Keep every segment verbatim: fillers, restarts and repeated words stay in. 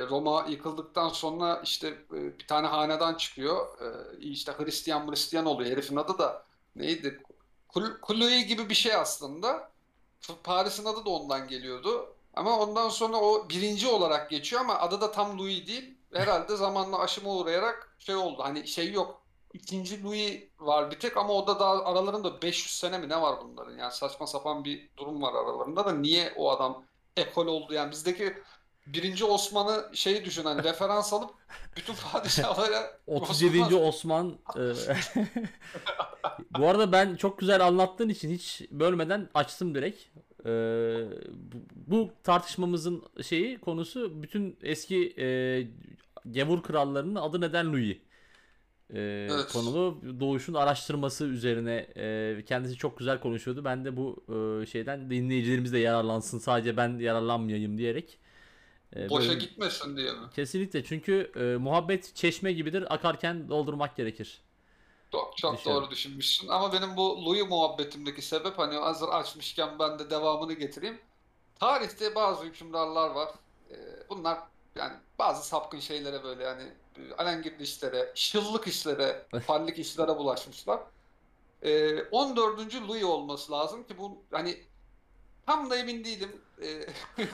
Roma yıkıldıktan sonra işte e, bir tane hanedan çıkıyor. E, işte Hristiyan Hristiyan oluyor. Herifin adı da neydi? Kul Kului gibi bir şey aslında. Paris'in adı da ondan geliyordu. Ama ondan sonra o birinci olarak geçiyor ama adı da tam Louis değil. Herhalde zamanla aşıma uğrayarak şey oldu. Hani şey yok. İkinci Louis var bir tek ama o da daha aralarında beş yüz sene mi ne var bunların? Yani saçma sapan bir durum var aralarında da niye o adam ekol oldu? Yani bizdeki birinci Osman'ı şeyi düşün hani referans alıp bütün padişahlara otuz Osman. yedinci Osman. e, Bu arada ben çok güzel anlattığın için hiç bölmeden açtım direkt. Ee, bu, bu tartışmamızın şeyi konusu bütün eski e, gavur krallarının adı neden Louis e, Evet. konulu doğuşun araştırması üzerine e, kendisi çok güzel konuşuyordu. Ben de bu e, şeyden dinleyicilerimiz de yararlansın sadece ben yararlanmayayım diyerek e, Boşa böyle gitmesin diye mi? kesinlikle çünkü e, muhabbet çeşme gibidir akarken doldurmak gerekir. Çok, çok Dışarı. doğru düşünmüşsün. Ama benim bu Louis muhabbetimdeki sebep hani hazır açmışken ben de devamını getireyim. Tarihte bazı hükümdarlar var. Ee, bunlar yani bazı sapkın şeylere böyle yani e, alengirli işlere, şıllık işlere, fallik işlere bulaşmışlar. Ee, on dördüncü Louis olması lazım ki bu hani tam da emin değilim. Ee,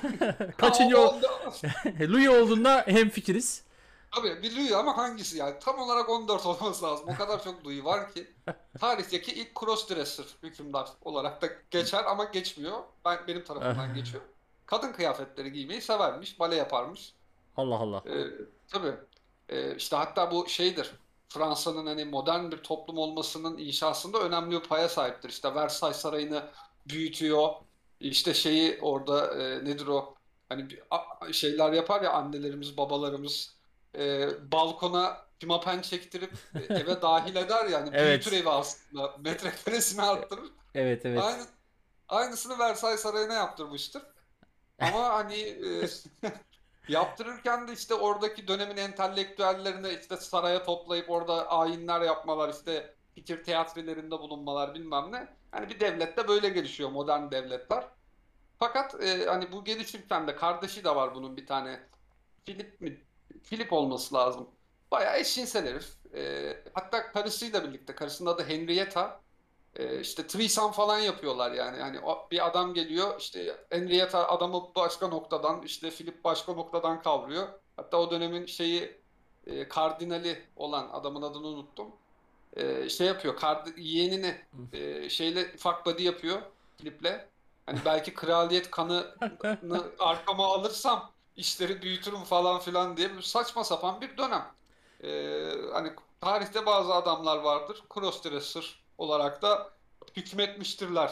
ama Kaçıncı o? o, o, Louis olduğunda hemfikiriz. tabii biliyor ama hangisi yani? Tam olarak on dört olması lazım. O kadar çok duyu var ki. Tarihteki ilk crossdresser hükümdar olarak da geçer ama geçmiyor. Ben, benim tarafından geçiyor. Kadın kıyafetleri giymeyi severmiş, bale yaparmış. Allah Allah. Ee, tabii. Ee, işte hatta bu şeydir. Fransa'nın hani modern bir toplum olmasının inşasında önemli bir paya sahiptir. İşte Versailles Sarayı'nı büyütüyor. İşte şeyi orada e, nedir o? Hani bir, a- şeyler yapar ya annelerimiz, babalarımız e, balkona pimapen çektirip e, eve dahil eder yani büyütür Evet. evi aslında. Metrekaresini arttırır. Evet evet. Aynı, aynısını Versailles Sarayı'na yaptırmıştır. Ama hani e, yaptırırken de işte oradaki dönemin entelektüellerini işte saraya toplayıp orada ayinler yapmalar, işte fikir teatrilerinde bulunmalar bilmem ne. Hani bir devlette böyle gelişiyor modern devletler. Fakat e, hani bu gelişirken de kardeşi de var bunun bir tane. Philip mi? Philip olması lazım. Bayağı eşcinsel herif. E, hatta karısıyla birlikte. Karısının adı Henrietta. E, işte threesome falan yapıyorlar yani. Yani o, bir adam geliyor işte Henrietta adamı başka noktadan işte Philip başka noktadan kavruyor. Hatta o dönemin şeyi e, kardinali olan adamın adını unuttum. E, şey yapıyor. Kard yeğenini e, şeyle fuck buddy yapıyor Philip'le. Hani belki kraliyet kanını arkama alırsam işleri büyütürüm falan filan diye bir saçma sapan bir dönem. E, hani tarihte bazı adamlar vardır. Crossdresser olarak da hükmetmiştirler.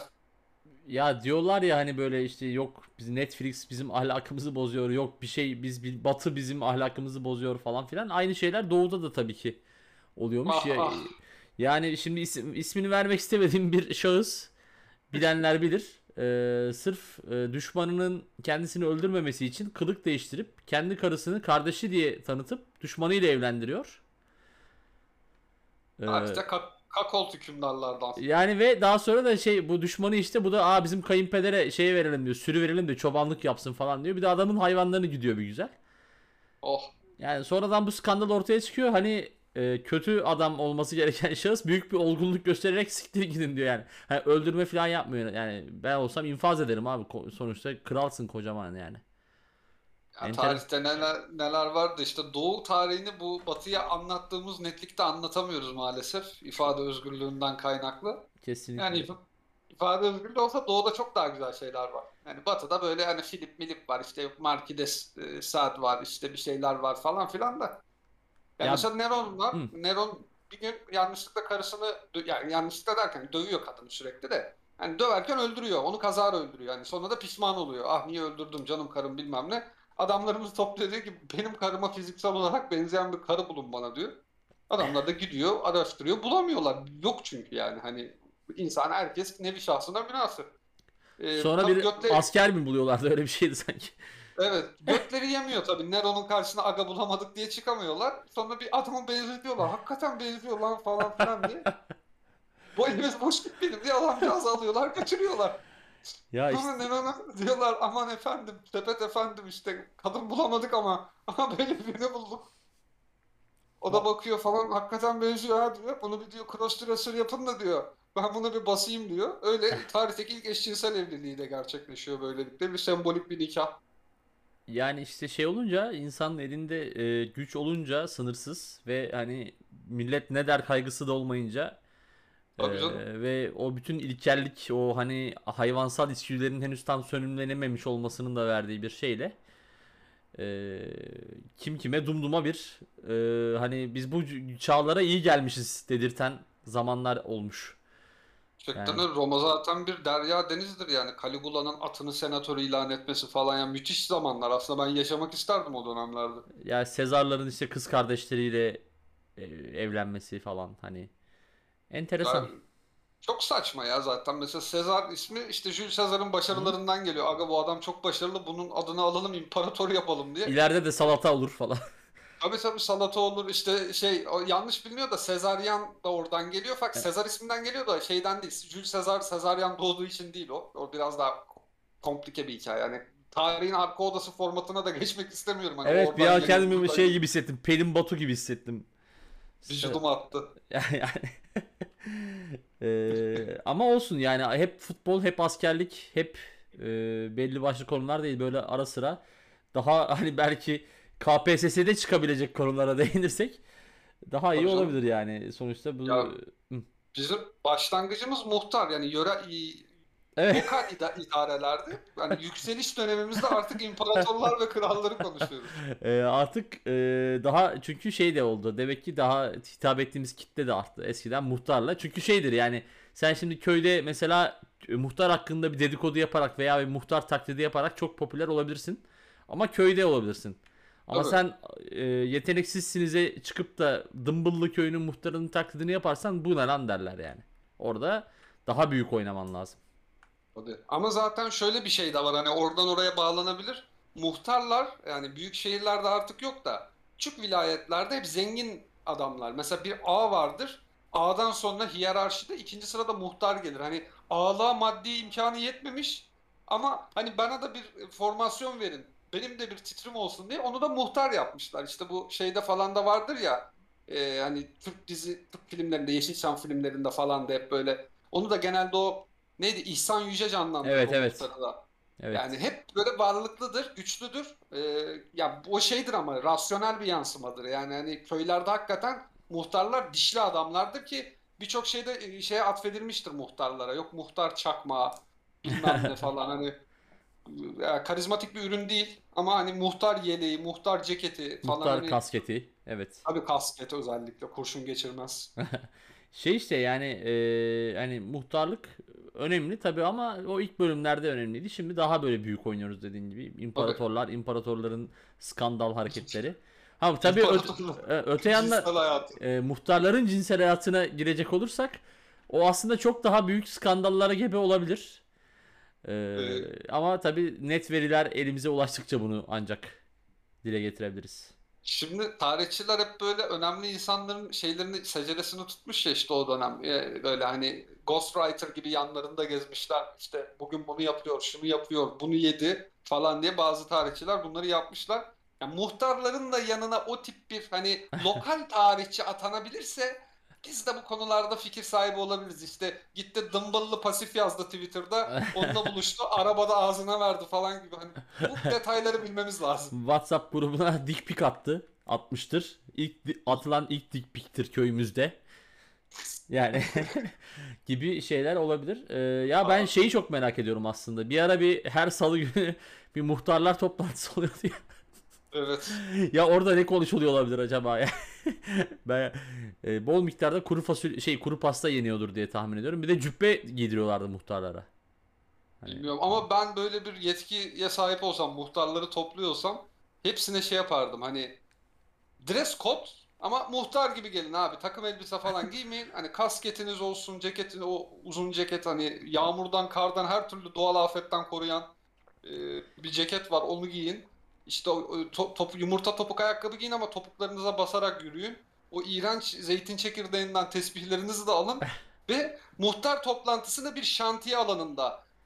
Ya diyorlar ya hani böyle işte yok biz Netflix bizim ahlakımızı bozuyor yok bir şey biz bir Batı bizim ahlakımızı bozuyor falan filan aynı şeyler Doğu'da da tabii ki oluyormuş Ah ya ah. yani şimdi isim, ismini vermek istemediğim bir şahıs bilenler bilir. Ee, sırf e, düşmanının kendisini öldürmemesi için kılık değiştirip kendi karısını kardeşi diye tanıtıp düşmanıyla evlendiriyor. Ee, Tarihte kak kakol hükümdarlardan. Yani ve daha sonra da şey bu düşmanı işte bu da aa bizim kayınpedere şeye verelim diyor. Sürü verelim de çobanlık yapsın falan diyor. Bir de adamın hayvanlarını gidiyor bir güzel. Oh. Yani sonradan bu skandal ortaya çıkıyor. Hani e, kötü adam olması gereken şahıs büyük bir olgunluk göstererek siktir gidin diyor yani. Hani öldürme falan yapmıyor. Yani ben olsam infaz ederim abi. Ko- sonuçta kralsın kocaman yani. Ya Enter tarihte neler neler vardı işte Doğu tarihini bu Batı'ya anlattığımız netlikte anlatamıyoruz maalesef ifade özgürlüğünden kaynaklı. Yani kesinlikle. if- ifade özgürlüğü olsa Doğu'da çok daha güzel şeyler var. Yani Batı'da böyle hani Filip Milip var işte Markides e, Sade var işte bir şeyler var falan filan da. Yani Ya mesela Neron var. hı, Neron bir gün yanlışlıkla karısını dö- yani yanlışlıkla derken dövüyor kadını sürekli de. Yani döverken öldürüyor. Onu kazara öldürüyor. Yani sonra da pişman oluyor. Ah niye öldürdüm canım karım bilmem ne. Adamlarımız topluyor diyor ki benim karıma fiziksel olarak benzeyen bir karı bulun bana diyor. Adamlar da gidiyor araştırıyor. Bulamıyorlar. Yok çünkü yani hani insan herkes nevi şahsına münhasır. Ee, sonra tabii bir götle asker mi buluyorlardı öyle bir şeydi sanki. Evet, götleri yemiyor tabii. Nero'nun karşısına aga bulamadık diye çıkamıyorlar. Sonra bir adamı benzetiyorlar. Hakikaten benziyor lan falan filan diye. Bu elimiz boş gitmedim diye adamcağızı alıyorlar, götürüyorlar. Ya Sonra işte Nenan'a diyorlar aman efendim, sepet efendim işte kadın bulamadık ama ama böyle birini bulduk. O da va- bakıyor falan hakikaten benziyor ha diyor. Bunu bir diyor cross dresser yapın da diyor. Ben bunu bir basayım diyor. Öyle tarihteki ilk eşcinsel evliliği de gerçekleşiyor böylelikle. Bir sembolik bir nikah. yani işte şey olunca insanın elinde e, güç olunca sınırsız ve hani millet ne der kaygısı da olmayınca e, Tabii canım. ve o bütün ilkellik o hani hayvansal içgüdülerin henüz tam sönümlenememiş olmasının da verdiği bir şeyle e, kim kime dumduma bir e, hani biz bu çağlara iyi gelmişiz dedirten zamanlar olmuş. Gerçekten Yani öyle. Roma zaten bir derya denizdir yani. Caligula'nın atını senatör ilan etmesi falan yani müthiş zamanlar. Aslında ben yaşamak isterdim o dönemlerde. ya Sezarların işte kız kardeşleriyle e, evlenmesi falan hani enteresan. Yani çok saçma ya zaten. Mesela Sezar ismi işte Jules Sezar'ın Hı? başarılarından geliyor. Aga bu adam çok başarılı. Bunun adını alalım, imparator yapalım diye. İleride de salata olur falan. Tabii tabii salata olur işte şey o yanlış biliniyor da Sezaryen da oradan geliyor. Fakat Sezar isminden geliyor da şeyden değil. Jules Sezar Sezaryen doğduğu için değil o. O biraz daha komplike bir hikaye. Yani tarihin arka odası formatına da geçmek istemiyorum. Hani Evet, bir oradan an geliyor kendimi buradan şey geliyor. gibi hissettim. Pelin Batu gibi hissettim. Se- Vücuduma attı. yani Eee, ama olsun yani hep futbol, hep askerlik, hep eee, belli başlı konular değil böyle ara sıra daha hani belki K P S S'de çıkabilecek konulara değinirsek daha iyi Tabii canım. olabilir yani sonuçta bu. Ya Hı. bizim başlangıcımız muhtar yani yöre Evet. lokal ida idarelerdi. Yani yükseliş dönemimizde artık imparatorlar ve kralları konuşuyoruz. Eee, artık eee, daha çünkü şey de oldu. Demek ki daha hitap ettiğimiz kitle de arttı eskiden muhtarla. Çünkü şeydir yani sen şimdi köyde mesela e, muhtar hakkında bir dedikodu yaparak veya bir muhtar taklidi yaparak çok popüler olabilirsin. Ama köyde olabilirsin. Ama Tabii. sen e, yeteneksizsinize çıkıp da Dımbıllı köyünün muhtarının taklidini yaparsan bu ne lan derler yani. Orada daha büyük oynaman lazım. Tabii. Ama zaten şöyle bir şey de var hani oradan oraya bağlanabilir. Muhtarlar yani büyük şehirlerde artık yok da küçük vilayetlerde hep zengin adamlar. Mesela bir ağa vardır. Ağadan sonra hiyerarşide ikinci sırada muhtar gelir. Hani ağalığa maddi imkanı yetmemiş ama hani bana da bir formasyon verin. Benim de bir titrim olsun diye onu da muhtar yapmışlar. İşte bu şeyde falan da vardır ya e, hani Türk dizi, Türk filmlerinde, Yeşilçam filmlerinde falan da hep böyle. Onu da genelde o neydi? İhsan Yüce canlandırır Evet, o evet. muhtarı da. Yani Evet. hep böyle varlıklıdır, güçlüdür. Ee, ya o şeydir ama rasyonel bir yansımadır. Yani hani köylerde hakikaten muhtarlar dişli adamlardır ki birçok şeyde e, şeye atfedilmiştir muhtarlara. Yok muhtar çakma bilmem ne falan hani ya, karizmatik bir ürün değil ama hani muhtar yeleği, muhtar ceketi falan Muhtar hani kasketi. Evet. tabii kasket özellikle kurşun geçirmez. Şey işte yani e, hani muhtarlık önemli tabii ama o ilk bölümlerde önemliydi. Şimdi daha böyle büyük oynuyoruz dediğin gibi. Tabii. İmparatorlar, imparatorların skandal hareketleri. Ha tabii öte, İmparatorluk, e, öte yanda cinsel hayatı. e, muhtarların cinsel hayatına girecek olursak o aslında çok daha büyük skandallara gebe olabilir. E, Ee, ama tabii net veriler elimize ulaştıkça bunu ancak dile getirebiliriz. Şimdi tarihçiler hep böyle önemli insanların şeylerini, seceresini tutmuş ya işte o dönem. Ee, Böyle hani ghostwriter gibi yanlarında gezmişler. İşte bugün bunu yapıyor, şunu yapıyor, bunu yedi falan diye bazı tarihçiler bunları yapmışlar. Yani muhtarların da yanına o tip bir hani lokal tarihçi atanabilirse biz de bu konularda fikir sahibi olabiliriz. İşte gitti dımbıllı pasif yazdı Twitter'da. Onunla buluştu. Arabada ağzına verdi falan gibi. Hani bu detayları bilmemiz lazım. WhatsApp grubuna dik pik attı. Atmıştır. İlk di- atılan ilk dik piktir köyümüzde. Yani gibi şeyler olabilir. Ee, ya ben Aa, şeyi çok merak ediyorum aslında. Bir ara bir her salı günü bir muhtarlar toplantısı oluyordu ya. evet. Ya orada ne konuşuluyor olabilir acaba ya? Ben e, bol miktarda kuru fasulye şey kuru pasta yeniyordur diye tahmin ediyorum. Bir de cübbe giydiriyorlardı muhtarlara. Hani Bilmiyorum ama ben böyle bir yetkiye sahip olsam, muhtarları topluyorsam hepsine şey yapardım. Hani dress code ama muhtar gibi gelin abi. Takım elbise falan giymeyin. Hani kasketiniz olsun, ceketin o uzun ceket hani yağmurdan, kardan her türlü doğal afetten koruyan e, bir ceket var. Onu giyin. İşte o, o to- topu, yumurta topuk ayakkabı giyin ama topuklarınıza basarak yürüyün. O iğrenç zeytin çekirdeğinden tesbihlerinizi de alın ve muhtar toplantısını bir şantiye alanında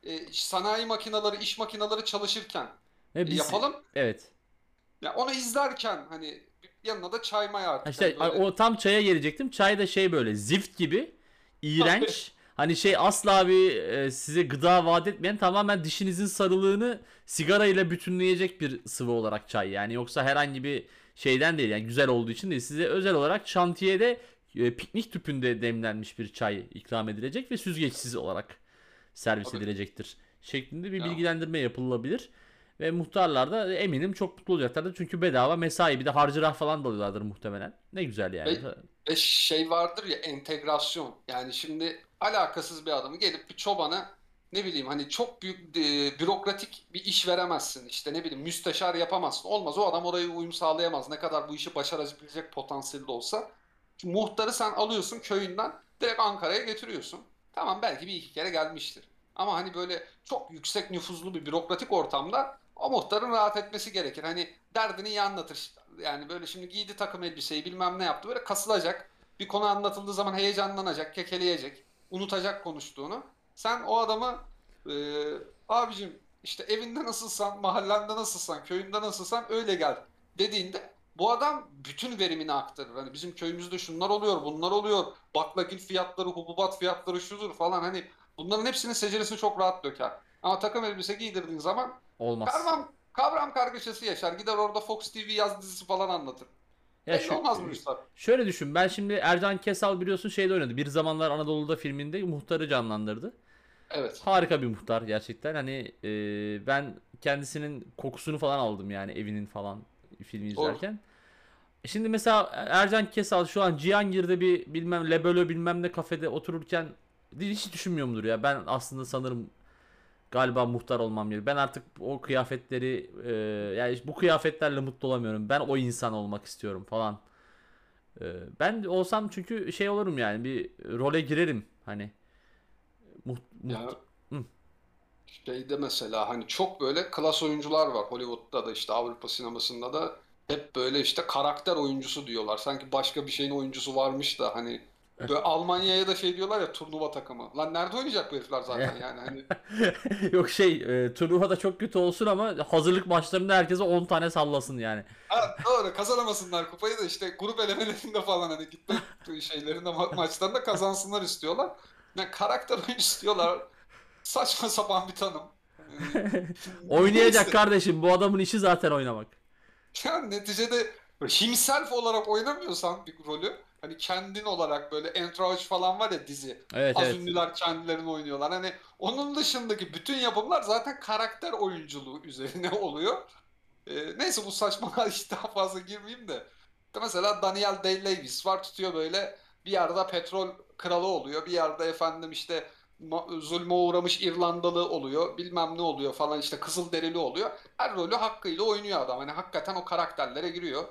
e, sanayi makineleri, iş makineleri çalışırken Ve e, biz yapalım. evet. Ya onu izlerken hani yanına da çay may Ha artık İşte hani böyle. o tam çaya gelecektim. Çay da şey böyle zift gibi iğrenç. Hani şey asla bir e, size gıda vaat etmeyen tamamen dişinizin sarılığını sigara ile bütünleyecek bir sıvı olarak çay. Yani yoksa herhangi bir şeyden değil yani güzel olduğu için değil. Size özel olarak şantiyede e, piknik tüpünde demlenmiş bir çay ikram edilecek ve süzgeçsiz olarak servis Tabii. edilecektir şeklinde bir Ya, bilgilendirme yapılabilir. Ve muhtarlar da eminim çok mutlu olacaklardır. Çünkü bedava mesai bir de harcırah falan da alıyorlardır muhtemelen. Ne güzel yani. ve, ve şey vardır ya, entegrasyon. Yani şimdi alakasız bir adamı gelip bir çobana, ne bileyim hani çok büyük e, bürokratik bir iş veremezsin. İşte ne bileyim müsteşar yapamazsın. Olmaz, o adam oraya uyum sağlayamaz. Ne kadar bu işi başarabilecek potansiyeli de olsa. Şimdi muhtarı sen alıyorsun köyünden direkt Ankara'ya getiriyorsun. Tamam, belki bir iki kere gelmiştir. Ama hani böyle çok yüksek nüfuzlu bir bürokratik ortamda o muhtarın rahat etmesi gerekir. Hani derdini iyi anlatır. Yani böyle şimdi giydi takım elbiseyi bilmem ne yaptı. Böyle kasılacak. Bir konu anlatıldığı zaman heyecanlanacak, kekeleyecek. Unutacak konuştuğunu. Sen o adamı e, abicim işte evinde nasılsan, mahallende nasılsan, köyünde nasılsan öyle gel dediğinde bu adam bütün verimini aktarır. Hani bizim köyümüzde şunlar oluyor, bunlar oluyor. Baklagil fiyatları, hububat fiyatları şudur falan. Hani bunların hepsinin seceresini çok rahat döker. Ama takım elbise giydirdiğin zaman Olmaz. kavram, kavram kargaşası yaşar. Gider orada Fox T V yaz dizisi falan anlatır. Ya Belli şu olmaz bu işler. şöyle düşün. Ben şimdi Ercan Kesal biliyorsun şeyde oynadı. Bir Zamanlar Anadolu'da filminde muhtarı canlandırdı. Evet. Harika bir muhtar gerçekten. Hani e, ben kendisinin kokusunu falan aldım yani evinin falan filmi Doğru. izlerken. Şimdi mesela Ercan Kesal şu an Cihangir'de bir bilmem Lebelo bilmem ne kafede otururken hiç düşünmüyor mudur ya? Ben aslında sanırım galiba muhtar olmam gerekiyor. Ben artık o kıyafetleri e, yani bu kıyafetlerle mutlu olamıyorum. Ben o insan olmak istiyorum falan. E, ben olsam çünkü şey olurum yani bir role girerim hani muht, muht Ya şeyde mesela hani çok böyle klas oyuncular var. Hollywood'da da işte Avrupa sinemasında da hep böyle işte karakter oyuncusu diyorlar. Sanki başka bir şeyin oyuncusu varmış da hani böyle Almanya'ya da şey diyorlar ya, turnuva takımı. Lan nerede oynayacak bu herifler zaten yani hani. Yok şey e, turnuvada çok kötü olsun ama hazırlık maçlarında herkese on tane sallasın yani. Ha, doğru, kazanamasınlar kupayı da işte grup elemelerinde falan hani gitme şeylerinde ma- maçlarında kazansınlar istiyorlar. Yani karakter oyuncusu istiyorlar. Saçma sapan bir tanım. Ee, Oynayacak neyse. kardeşim bu adamın işi zaten oynamak. Yani neticede himself olarak oynamıyorsan bir rolü, hani kendin olarak, böyle Entourage falan var ya, dizi. Evet Az evet. ünlüler kendilerini oynuyorlar. Hani onun dışındaki bütün yapımlar zaten karakter oyunculuğu üzerine oluyor. Ee, neyse, bu saçmalığa hiç daha fazla girmeyeyim de. İşte mesela Daniel Day-Lewis var, tutuyor böyle bir yerde petrol kralı oluyor. Bir yerde efendim işte ma- zulme uğramış İrlandalı oluyor. Bilmem ne oluyor falan, işte Kızılderili oluyor. Her rolü hakkıyla oynuyor adam. Hani hakikaten o karakterlere giriyor.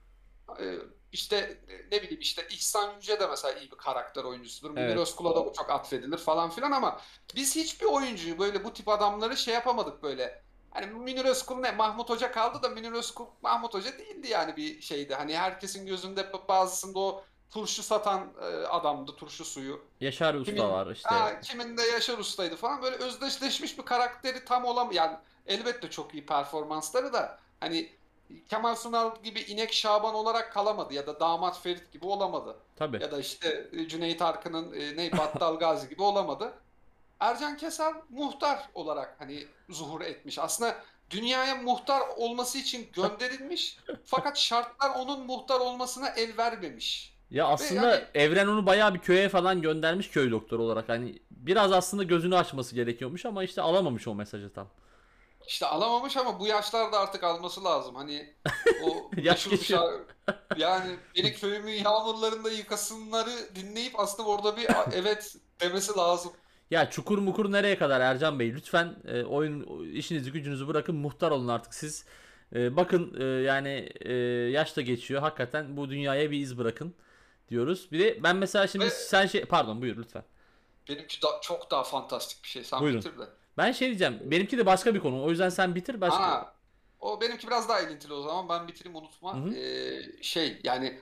Ee, işte ne bileyim işte İhsan Yüce de mesela iyi bir karakter oyuncusudur. Münir Evet. Özkul'a da bu çok atfedilir falan filan, ama biz hiçbir oyuncuyu böyle, bu tip adamları şey yapamadık böyle. Hani Münir Özkul ne? Mahmut Hoca kaldı da Münir Özkul Mahmut Hoca değildi yani, bir şeydi. Hani herkesin gözünde bazısında o turşu satan e, adamdı, turşu suyu. Yaşar Usta Kimin var işte. ha, kimin de Yaşar Usta'ydı falan, böyle özdeşleşmiş bir karakteri tam olam yani, elbette çok iyi performansları da hani Kemal Sunal gibi İnek Şaban olarak kalamadı ya da Damat Ferit gibi olamadı. Tabi. Ya da işte e, Cüneyt Arkın'ın e, ne Battal Gazi gibi olamadı. Ercan Kesal muhtar olarak hani zuhur etmiş. Aslında dünyaya muhtar olması için gönderilmiş, fakat şartlar onun muhtar olmasına el vermemiş. Ya Ve yani aslında evren onu bayağı bir köye falan göndermiş köy doktoru olarak. Hani biraz aslında gözünü açması gerekiyormuş ama işte alamamış o mesajı tam. İşte alamamış, ama bu yaşlarda artık alması lazım. Hani o Yaş meşhur bir geçiyor. şarkı, yani beni köyümün yağmurlarında yıkasınları dinleyip aslında orada bir "A- evet" demesi lazım. Ya çukur mukur nereye kadar Ercan Bey? Lütfen e, oyun işinizi gücünüzü bırakın muhtar olun artık siz. E, bakın e, yani e, yaş da geçiyor. Hakikaten bu dünyaya bir iz bırakın diyoruz. Bir de ben mesela şimdi Ve sen şey pardon buyur lütfen. benimki da, çok daha fantastik bir şey. Sen Buyurun. bitir de. Ben şey diyeceğim. Benimki de başka bir konu. O yüzden sen bitir başka. Ha, o benimki biraz daha elintili o zaman. Ben bitireyim, Hı unutma. hı. Ee, şey yani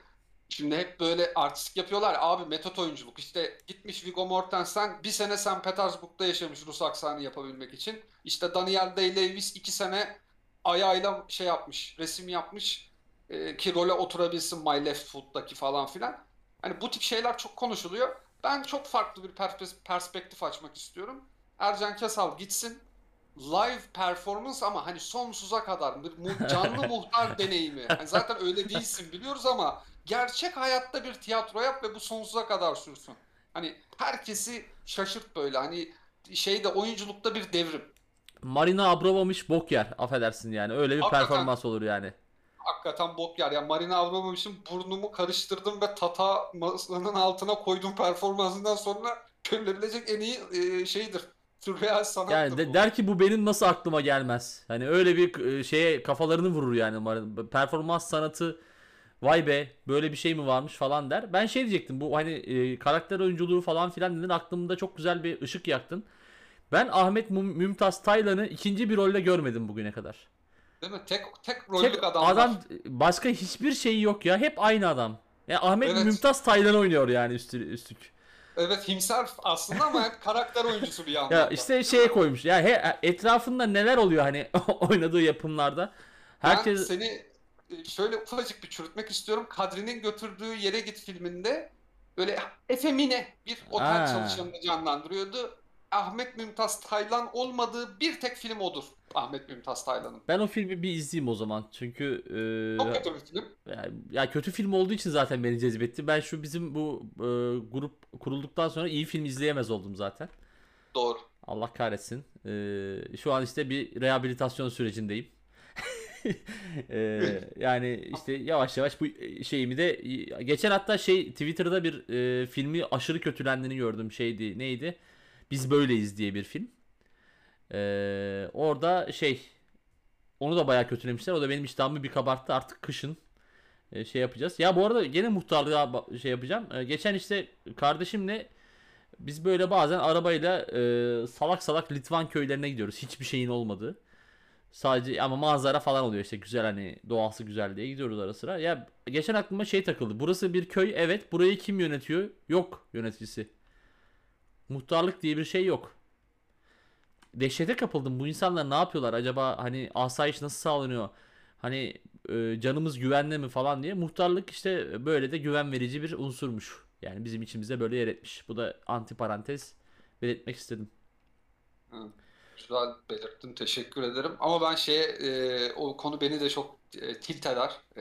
Şimdi hep böyle artistik yapıyorlar. Abi metot oyunculuk. İşte gitmiş Viggo Mortensen bir sene Sankt Petersburg'da yaşamış Rus aksanı yapabilmek için. İşte Daniel Day-Lewis iki sene ayağıyla şey yapmış, resim yapmış e, ki role oturabilsin My Left Foot'taki falan filan. Hani bu tip şeyler çok konuşuluyor. Ben çok farklı bir pers- perspektif açmak istiyorum. Ercan Kesal gitsin. Live performance ama hani sonsuza kadar bir mu- canlı muhtar deneyimi. Hani zaten öyle değilsin biliyoruz ama gerçek hayatta bir tiyatro yap ve bu sonsuza kadar sürsün. Hani herkesi şaşırt böyle. Hani şeyde oyunculukta bir devrim. Marina Abramovich bok yer. Affedersin yani. Öyle bir Hakikaten performans olur yani. hakikaten bok yer. Yani Marina Abramovich'in burnumu karıştırdım ve tata masanın altına koydum performansından sonra görülebilecek en iyi e, şeydir. Sürreal Yani sanattır de- bu. der ki bu benim nasıl aklıma gelmez. Hani öyle bir e, şeye kafalarını vurur yani. Marina. Performans sanatı, vay be böyle bir şey mi varmış falan der. Ben şey diyecektim, bu hani e, karakter oyunculuğu falan filan dedin, aklımda çok güzel bir ışık yaktın. Ben Ahmet Mum- Mümtaz Taylan'ı ikinci bir rolde görmedim bugüne kadar. Değil mi? Tek tek Tek rollük adam, adamlar. başka hiçbir şeyi yok ya. Hep aynı adam. Ya Ahmet Evet. Mümtaz Taylan oynuyor yani üstü, üstlük. Evet himself aslında ama hep karakter oyuncusu bir Ya yandan da. işte Değil mi? şeye koymuş. Ya he, etrafında neler oluyor hani oynadığı yapımlarda. Ben Herkes seni e, şöyle ufacık bir çürütmek istiyorum. Kadri'nin götürdüğü Yere Git filminde böyle efemine bir otel ha, çalışanını canlandırıyordu. Ahmet Mümtaz Taylan olmadığı bir tek film odur. Ahmet Mümtaz Taylan'ın. ben o filmi bir izleyeyim o zaman. Çünkü Çok kötü bir film. e, ya, ya kötü film olduğu için zaten beni cezbetti. Ben şu bizim bu e, grup kurulduktan sonra iyi film izleyemez oldum zaten. Doğru. Allah kahretsin. E, şu an işte bir rehabilitasyon sürecindeyim. Ee, yani işte yavaş yavaş bu şeyimi de, geçen hatta şey Twitter'da bir e, filmi aşırı kötülendiğini gördüm, şeydi neydi, Biz Böyleyiz diye bir film. Ee, orada şey, onu da bayağı kötülemişler, o da benim iştahımı bir kabarttı. Artık kışın e, şey yapacağız. Ya bu arada gene muhtarlığa ba- şey yapacağım. Ee, geçen işte kardeşimle biz böyle bazen arabayla e, salak salak Litvan köylerine gidiyoruz, hiçbir şeyin olmadığı. Sadece ama manzara falan oluyor işte, güzel, hani doğası güzel diye gidiyoruz ara sıra. Ya geçen aklıma şey takıldı. Burası bir köy, evet, burayı kim yönetiyor? Yok yöneticisi. Muhtarlık diye bir şey yok. Dehşete kapıldım. Bu insanlar ne yapıyorlar acaba, hani asayiş nasıl sağlanıyor? Hani e, canımız güvenli mi falan diye. Muhtarlık işte böyle de güven verici bir unsurmuş. Yani bizim içimizde böyle yer etmiş. Bu da anti parantez belirtmek istedim. Hı. Güzel belirttin. Teşekkür ederim. Ama ben şeye e, o konu beni de çok e, tilt eder. E,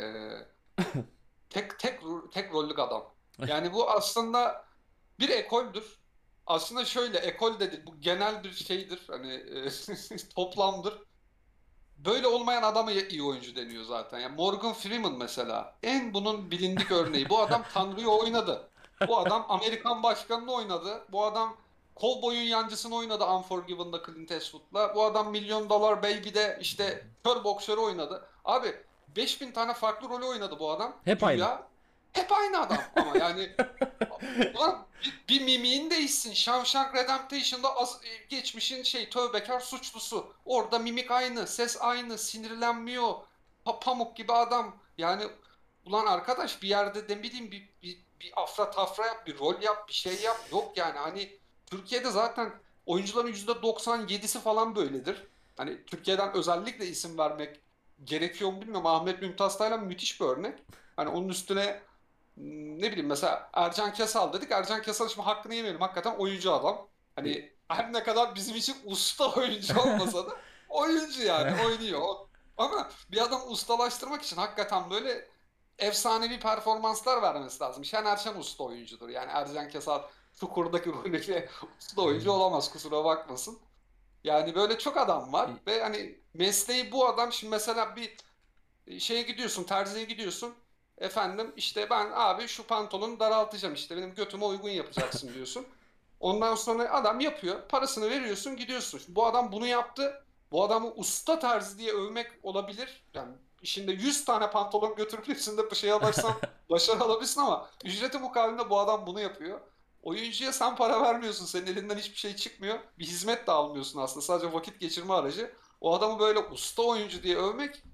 tek tek tek rollük adam. Yani bu aslında bir ekoldür. Aslında şöyle ekol dedi. Bu genel bir şeydir. Hani e, toplamdır. Böyle olmayan adama iyi oyuncu deniyor zaten. Yani Morgan Freeman mesela en bunun bilindik örneği. Bu adam Tanrı'yı oynadı. Bu adam Amerikan başkanını oynadı. Bu adam Kovboy'un yancısını oynadı Unforgiven'da Clint Eastwood'la. Bu adam Milyon Dollar Baby'de işte kör boksörü oynadı. Abi beş bin tane farklı rolü oynadı bu adam. Hep aynı. Güya hep aynı adam ama yani ulan bir, bir mimiğin değişsin. Shawshank Redemption'da az, e, geçmişin şey tövbekar suçlusu. Orada mimik aynı, ses aynı, sinirlenmiyor. Pa- pamuk gibi adam. Yani ulan arkadaş bir yerde de bileyim bir, bir, bir afra tafra yap, bir rol yap, bir şey yap. Yok yani hani Türkiye'de zaten oyuncuların yüzde doksan yedisi falan böyledir. Hani Türkiye'den özellikle isim vermek gerekiyor mu bilmiyorum. Ahmet Mümtaz Taylan müthiş bir örnek. Hani onun üstüne Hmm, ne bileyim mesela Ercan Kesal dedik. Ercan Kesal şimdi hakkını yemeyelim. Hakikaten oyuncu adam. Hani her ne kadar bizim için usta oyuncu olmasa da oyuncu yani oynuyor. O- Ama bir adam ustalaştırmak için hakikaten böyle efsanevi performanslar vermesi lazım. Şener Şen usta oyuncudur. Yani Ercan Kesal Çukur'daki rolüyle usta oyuncu olamaz kusura bakmasın. Yani böyle çok adam var ve hani mesleği bu adam şimdi mesela bir şeye gidiyorsun, terziye gidiyorsun. Efendim işte ben abi şu pantolonu daraltacağım işte benim götüme uygun yapacaksın diyorsun. Ondan sonra adam yapıyor, parasını veriyorsun, gidiyorsun. Şimdi bu adam bunu yaptı. Bu adamı usta terzi diye övmek olabilir. Yani işinde yüz tane pantolon götürüp hepsinde bir şey alırsan başarı alabilirsin ama ücreti mukabilinde bu adam bunu yapıyor. Oyuncuya sen para vermiyorsun. Senin elinden hiçbir şey çıkmıyor. Bir hizmet de almıyorsun aslında. Sadece vakit geçirme aracı. O adamı böyle usta oyuncu diye övmek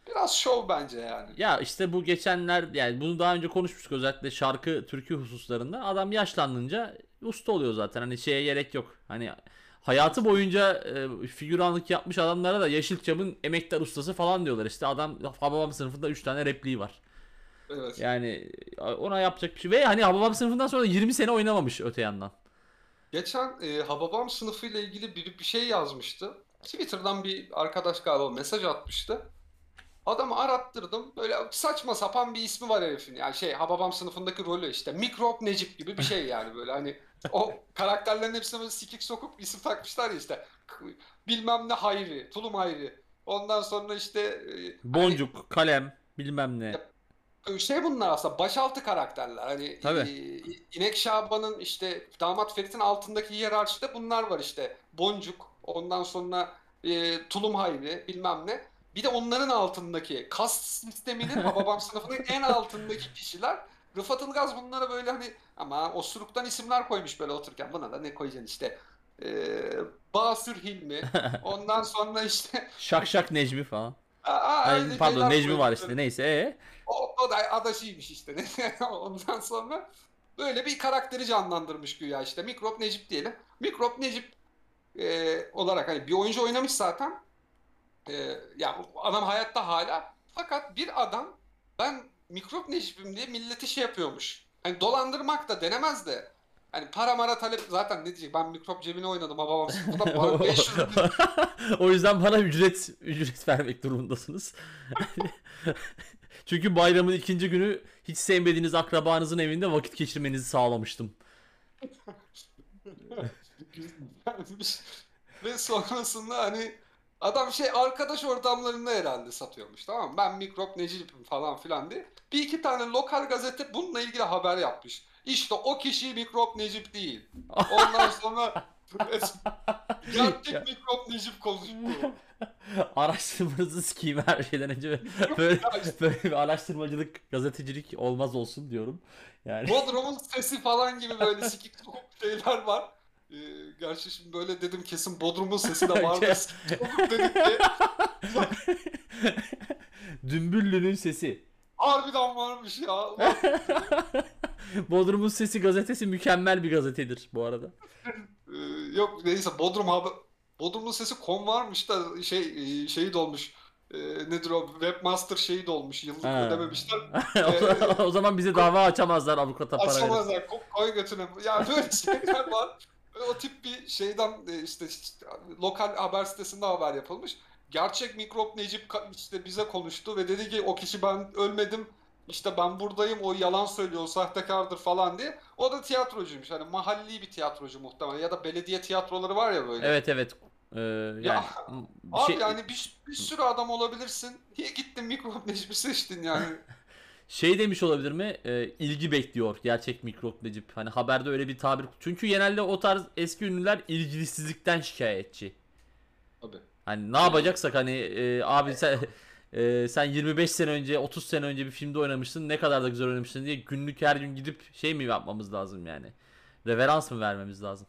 Biraz şov bence yani. Ya işte bu geçenler, yani bunu daha önce konuşmuştuk, özellikle şarkı türkü hususlarında. Adam yaşlanınca usta oluyor zaten, hani şeye gerek yok. Hani hayatı boyunca e, figüranlık yapmış adamlara da Yeşilçam'ın emektar ustası falan diyorlar. İşte adam Hababam sınıfında üç tane repliği var. Evet. Yani ona yapacak bir şey. Ve hani Hababam sınıfından sonra yirmi sene oynamamış öte yandan. Geçen e, Hababam sınıfıyla ilgili biri bir şey yazmıştı. Twitter'dan bir arkadaş galiba mesaj atmıştı. Adamı arattırdım. Böyle saçma sapan bir ismi var herifin. Yani şey Hababam sınıfındaki rolü işte. Mikrop Necip gibi bir şey yani böyle hani o karakterlerin hepsine böyle sikik sokup isim takmışlar ya işte. K- Bilmem ne Hayri, Tulum Hayri. Ondan sonra işte e, hani Boncuk, kalem, bilmem ne. şey bunlar aslında başaltı karakterler. Hani Tabii. e, İnek Şaban'ın işte Damat Ferit'in altındaki hiyerarşide bunlar var işte. Boncuk, ondan sonra e, Tulum Hayri bilmem ne. Bir de onların altındaki kast sisteminin Hababam sınıfının en altındaki kişiler. Rıfat Ilgaz bunlara böyle hani ama osuruktan isimler koymuş böyle otururken. Buna da ne koyacaksın işte. E, Basür Hilmi. Ondan sonra işte Şak şak Necmi falan. aa, Ay, öyle pardon, şeyler Necmi var koymuş. işte, neyse. E? O, o da adaşıymış işte. Ondan sonra böyle bir karakteri canlandırmış güya işte. Mikrop Necip diyelim. Mikrop Necip e, olarak hani bir oyuncu oynamış zaten. E, ya adam hayatta hala. Fakat bir adam ben Mikrop Necip'im diye milleti şey yapıyormuş. Hani dolandırmak da denemez de. Hani para mara talep zaten ne diyecek? Ben mikrop cebine oynadım Hababam sınıfında. Bana beş yüz bin. O yüzden bana ücret ücret vermek durumundasınız. Çünkü bayramın ikinci günü hiç sevmediğiniz akrabanızın evinde vakit geçirmenizi sağlamıştım. Güzelmiş. Ve sonrasında hani adam şey arkadaş ortamlarında herhalde satıyormuş tamam mı? Ben Mikrop Necip'im falan filan diye. Bir iki tane lokal gazete bununla ilgili haber yapmış. İşte o kişi Mikrop Necip değil. Ondan sonra gerçek Ya, Mikrop Necip konuşuyor. araştırmanızı sikeyim her şeyden önce. Böyle, böyle bir araştırmacılık, gazetecilik olmaz olsun diyorum. Yani Bodrum'un sesi falan gibi böyle sikik sokuk şeyler var. Ee, gerçi şimdi böyle dedim kesin Bodrum'un sesi de vardır sikik sokuk dedik diye. Dümbüllü'nün sesi. Harbiden varmış ya. Ulan Bodrum'un Sesi gazetesi mükemmel bir gazetedir bu arada. Ee, yok neyse Bodrum haber Bodrum'un sesi kom varmış da şey e, şeyi dolmuş. Ee, nedir o webmaster şeyi dolmuş. Yıllık Ha. ödememişler. Ee, O o zaman bize dava açamazlar avukata para verip. açamazlar. Ko- Koy götüne. Ya böyle şeyler var. O tip bir şeyden e, işte, işte lokal haber sitesinde haber yapılmış. Gerçek mikrop Necip ka- işte bize konuştu ve dedi ki o kişi ben ölmedim. İşte ben buradayım o yalan söylüyor o sahtekardır falan diye. O da tiyatrocuymuş. Hani mahalli bir tiyatrocu muhtemelen ya da belediye tiyatroları var ya böyle. Evet, evet. Ee, Ya yani bir abi şey yani bir, bir sürü adam olabilirsin. Niye gittin mikrop Necip'i seçtin yani? şey demiş olabilir mi? Ee, ilgi bekliyor gerçek mikrop Necip. Hani haberde öyle bir tabir. Çünkü genelde o tarz eski ünlüler ilgisizlikten şikayetçi. Tabii. Hani ne Yani yapacaksak hani e, abi sen e, sen yirmi beş sene önce, otuz sene önce bir filmde oynamışsın, ne kadar da güzel oynamışsın diye günlük her gün gidip şey mi yapmamız lazım yani? Reverans mı vermemiz lazım?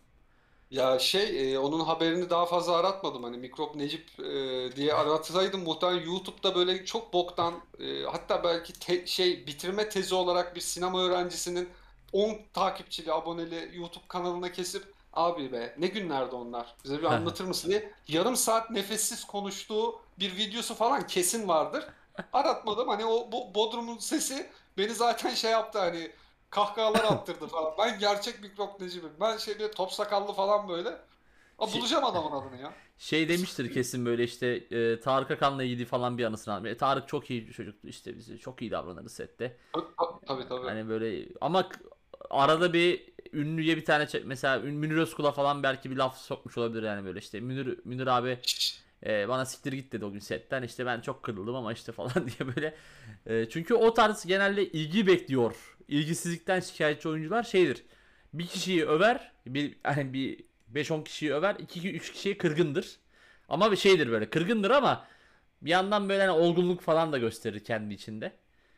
ya şey e, onun haberini daha fazla aratmadım hani mikrop Necip e, diye aratsaydım muhtemelen YouTube'da böyle çok boktan e, hatta belki te- şey bitirme tezi olarak bir sinema öğrencisinin on takipçili aboneli YouTube kanalına kesip abi be ne günlerdi onlar bize bir anlatır mısın diye yarım saat nefessiz konuştuğu bir videosu falan kesin vardır. Aratmadım hani o bu Bodrum'un sesi beni zaten şey yaptı hani kahkahalar attırdı falan. Ben gerçek mikrop Necip'im. Ben şeyde top sakallı falan böyle. Aa, Şey, bulacağım adamın adını ya. şey demiştir kesin, böyle işte e, Tarık Akan'la ilgili falan bir anısını anlatıyor. E, Tarık çok iyi bir çocuktu, işte bize çok iyi davranırdı sette. Tabii tabii. Hani böyle ama k- arada bir ünlüye bir tane çe- mesela Ün- Münir Özkul'a falan belki bir laf sokmuş olabilir, yani böyle işte Münir Münir abi Şşş. e, bana siktir git dedi o gün setten, işte ben çok kırıldım ama işte falan diye böyle. E, çünkü o tarz genelde ilgi bekliyor. İlgisizlikten şikayetçi oyuncular şeydir. Bir kişiyi över, bir hani bir beş on kişiyi över, iki üç kişiye kırgındır. Ama bir şeydir, böyle kırgındır ama bir yandan böyle hani olgunluk falan da gösterir kendi içinde.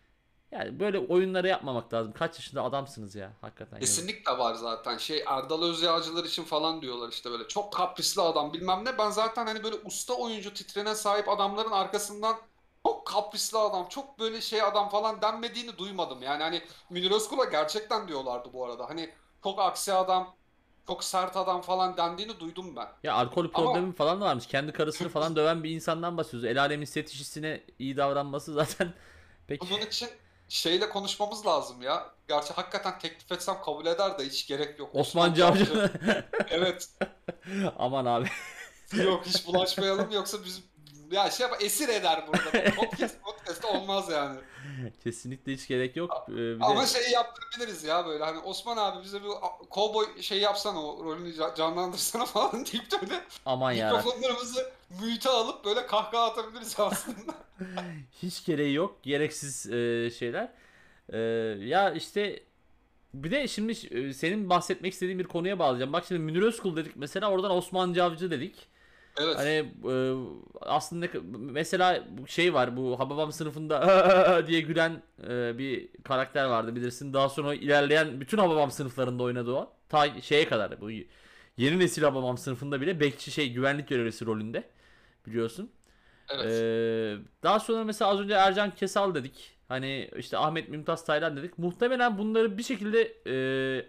Yani böyle oyunları yapmamak lazım. Kaç yaşında adamsınız ya, hakikaten yazık. Kesinlikle var zaten. Şey Erdal Özyağcılar için falan diyorlar işte böyle çok kaprisli adam bilmem ne. Ben zaten hani böyle usta oyuncu titrene sahip adamların arkasından çok kaprisli adam, çok böyle şey adam falan denmediğini duymadım. Yani hani Münir Özkul'a gerçekten diyorlardı bu arada. Hani çok aksi adam, çok sert adam falan dendiğini duydum ben. Ya alkol Ama problemi falan da varmış. Kendi karısını falan döven bir insandan bahsediyoruz. El alemin set işçisine iyi davranması zaten pek. bunun için şeyle konuşmamız lazım ya. Gerçi hakikaten teklif etsem kabul eder de hiç gerek yok. Osman Osman Cavcı. Cavcı. Evet. Aman abi. Yok, hiç bulaşmayalım yoksa biz ya şey yap, esir eder burada. Bu podcast podcast olmaz yani. Kesinlikle hiç gerek yok. Ee, bir Ama de şeyi yaptırabiliriz ya, böyle hani Osman abi bize bir kovboy şey yapsana, o rolünü ca- canlandırsana falan deyip de böyle aman yarabbim. mikrofonlarımızı müte alıp böyle kahkaha atabiliriz aslında. Hiç gereği yok. Gereksiz e, şeyler. E, ya işte bir de şimdi e, senin bahsetmek istediğin bir konuya bağlayacağım. Bak şimdi Münir Özkul dedik mesela, oradan Osman Cavcı dedik. Hani Evet. e, aslında ne- mesela bu şey var, bu Hababam sınıfında diye gülen e, bir karakter vardı bilirsin. Daha sonra ilerleyen bütün Hababam sınıflarında oynadı o. Ta şeye kadar, bu yeni nesil Hababam sınıfında bile bekçi şey güvenlik görevlisi rolünde biliyorsun. E, Evet. daha sonra mesela az önce Ercan Kesal dedik. Hani işte Ahmet Mümtaz Taylan dedik. Muhtemelen bunları bir şekilde e,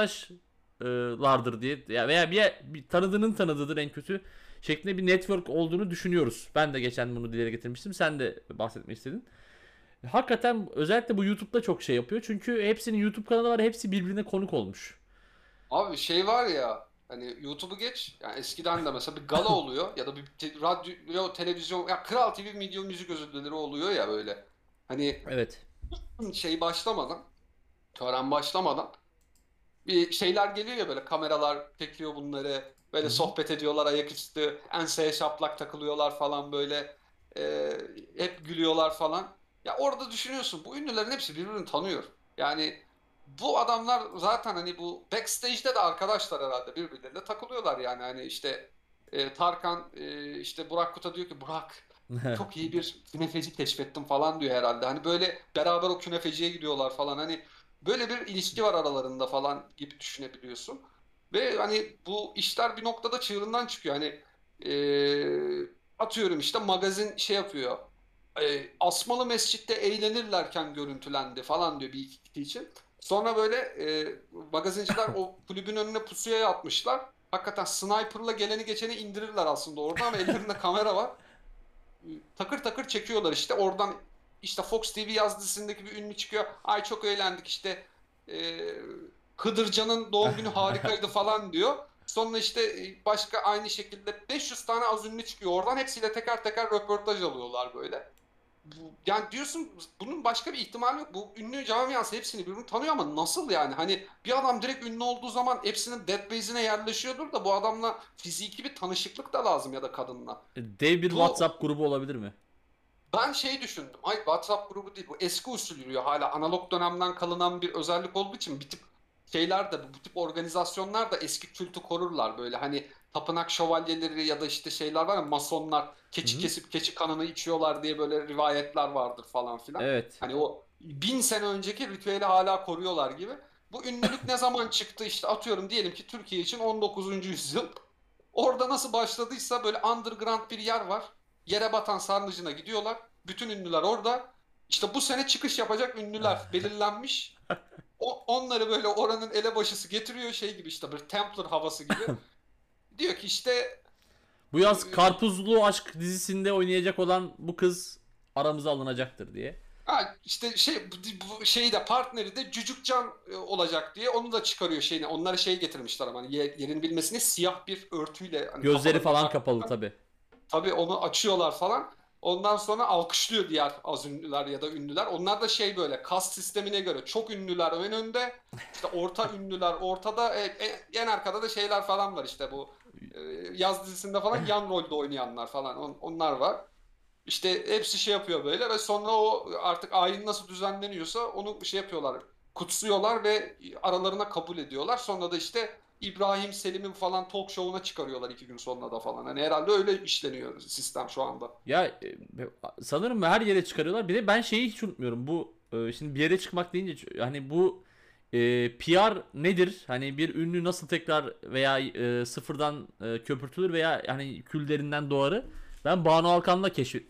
arkadaşlardır diye ya veya bir, bir tanıdığının tanıdığıdır en kötü şeklinde bir network olduğunu düşünüyoruz. Ben de geçen bunu dile getirmiştim. Sen de bahsetmek istedin. Hakikaten özellikle bu YouTube'da çok şey yapıyor. Çünkü hepsinin YouTube kanalı var. Hepsi birbirine konuk olmuş. Abi şey var ya, hani YouTube'u geç. Yani eskiden de mesela bir gala oluyor ya da bir te- radyo, televizyon, ya Kral T V Video Müzik Ödülleri oluyor ya böyle. Hani Evet. şey başlamadan, tören başlamadan bir şeyler geliyor ya, böyle kameralar çekiyor bunları, Hı böyle hı. sohbet ediyorlar ayaküstü, enseye şaplak takılıyorlar falan böyle. Ee, hep gülüyorlar falan. Ya orada düşünüyorsun, bu ünlülerin hepsi birbirini tanıyor. Yani bu adamlar zaten hani bu backstage'de de arkadaşlar herhalde, birbirleriyle takılıyorlar yani. Hani işte e, Tarkan e, işte Burak Kut'a diyor ki, Burak çok iyi bir künefeci keşfettim falan diyor herhalde. Hani böyle beraber o künefeciye gidiyorlar falan. Hani böyle bir ilişki var aralarında falan gibi düşünebiliyorsun. Ve hani bu işler bir noktada çığırından çıkıyor. Hani e, atıyorum işte magazin şey yapıyor. E, Asmalı Mescid'de eğlenirlerken görüntülendi falan diyor bir iki kişi için. Sonra böyle e, magazinciler o kulübün önüne pusuya yatmışlar. Hakikaten sniper'la geleni geçeni indirirler aslında orada, ama ellerinde kamera var. Takır takır çekiyorlar işte oradan. İşte Fox T V yaz dizisindeki bir ünlü çıkıyor. Ay çok eğlendik işte, e, Hıdırcan'ın doğum günü harikaydı falan diyor. Sonra işte e, başka aynı şekilde beş yüz tane az ünlü çıkıyor oradan, hepsiyle teker teker röportaj alıyorlar böyle. Bu- Yani diyorsun bunun başka bir ihtimali yok. Bu ünlü camiası hepsini birbirini tanıyor ama nasıl yani? Hani bir adam direkt ünlü olduğu zaman hepsinin deadbase'ine yerleşiyordur da bu adamla fiziki bir tanışıklık da lazım, ya da kadınla. Dev bir Bu WhatsApp grubu olabilir mi? Ben şey düşündüm. Ay WhatsApp grubu değil bu, eski usul yürüyor. Hala analog dönemden kalınan bir özellik olduğu için bir tip şeyler de, bu tip organizasyonlar da eski kültü korurlar. Böyle hani tapınak şövalyeleri ya da işte şeyler var ya, masonlar Hı keçi hı. kesip keçi kanını içiyorlar diye böyle rivayetler vardır falan filan. Evet. Hani o bin sene önceki ritüeli hala koruyorlar gibi. Bu ünlülük ne zaman çıktı, işte atıyorum diyelim ki Türkiye için on dokuzuncu yüzyıl. Orada nasıl başladıysa böyle underground bir yer var. Yere batan sarnıcına gidiyorlar. Bütün ünlüler orada. İşte bu sene çıkış yapacak ünlüler belirlenmiş. O, onları böyle oranın elebaşısı getiriyor, şey gibi işte, bir Templar havası gibi. Diyor ki işte Bu yaz Karpuzlu Aşk dizisinde oynayacak olan bu kız aramıza alınacaktır diye. ha, işte şey bu, bu şeyi de partneri de Cücükcan e, olacak diye onu da çıkarıyor şeyini. Onlara şey getirmişler ama hani ye- yerini bilmesine siyah bir örtüyle, hani Gözleri kafalarına falan tak. kapalı tabi. Tabii onu açıyorlar falan. Ondan sonra alkışlıyor diğer az ünlüler ya da ünlüler. Onlar da şey böyle kast sistemine göre çok ünlüler ön önde. İşte orta ünlüler ortada. E, e, en arkada da şeyler falan var işte, bu e, yaz dizisinde falan yan rolde oynayanlar falan. On- onlar var. İşte hepsi şey yapıyor böyle ve sonra o artık ayin nasıl düzenleniyorsa onu şey yapıyorlar. Kutsuyorlar ve aralarına kabul ediyorlar. Sonra da işte İbrahim Selim'in falan talk show'una çıkarıyorlar iki gün sonra da falan. Hani herhalde öyle işleniyor sistem şu anda. Ya e, sanırım her yere çıkarıyorlar. Bir de ben şeyi hiç unutmuyorum. Bu e, şimdi bir yere çıkmak deyince ç- hani bu e, P R nedir? Hani bir ünlü nasıl tekrar veya e, sıfırdan e, köpürtülür veya hani küllerinden doğarı. Ben Banu Alkan'la keşfetmiştim.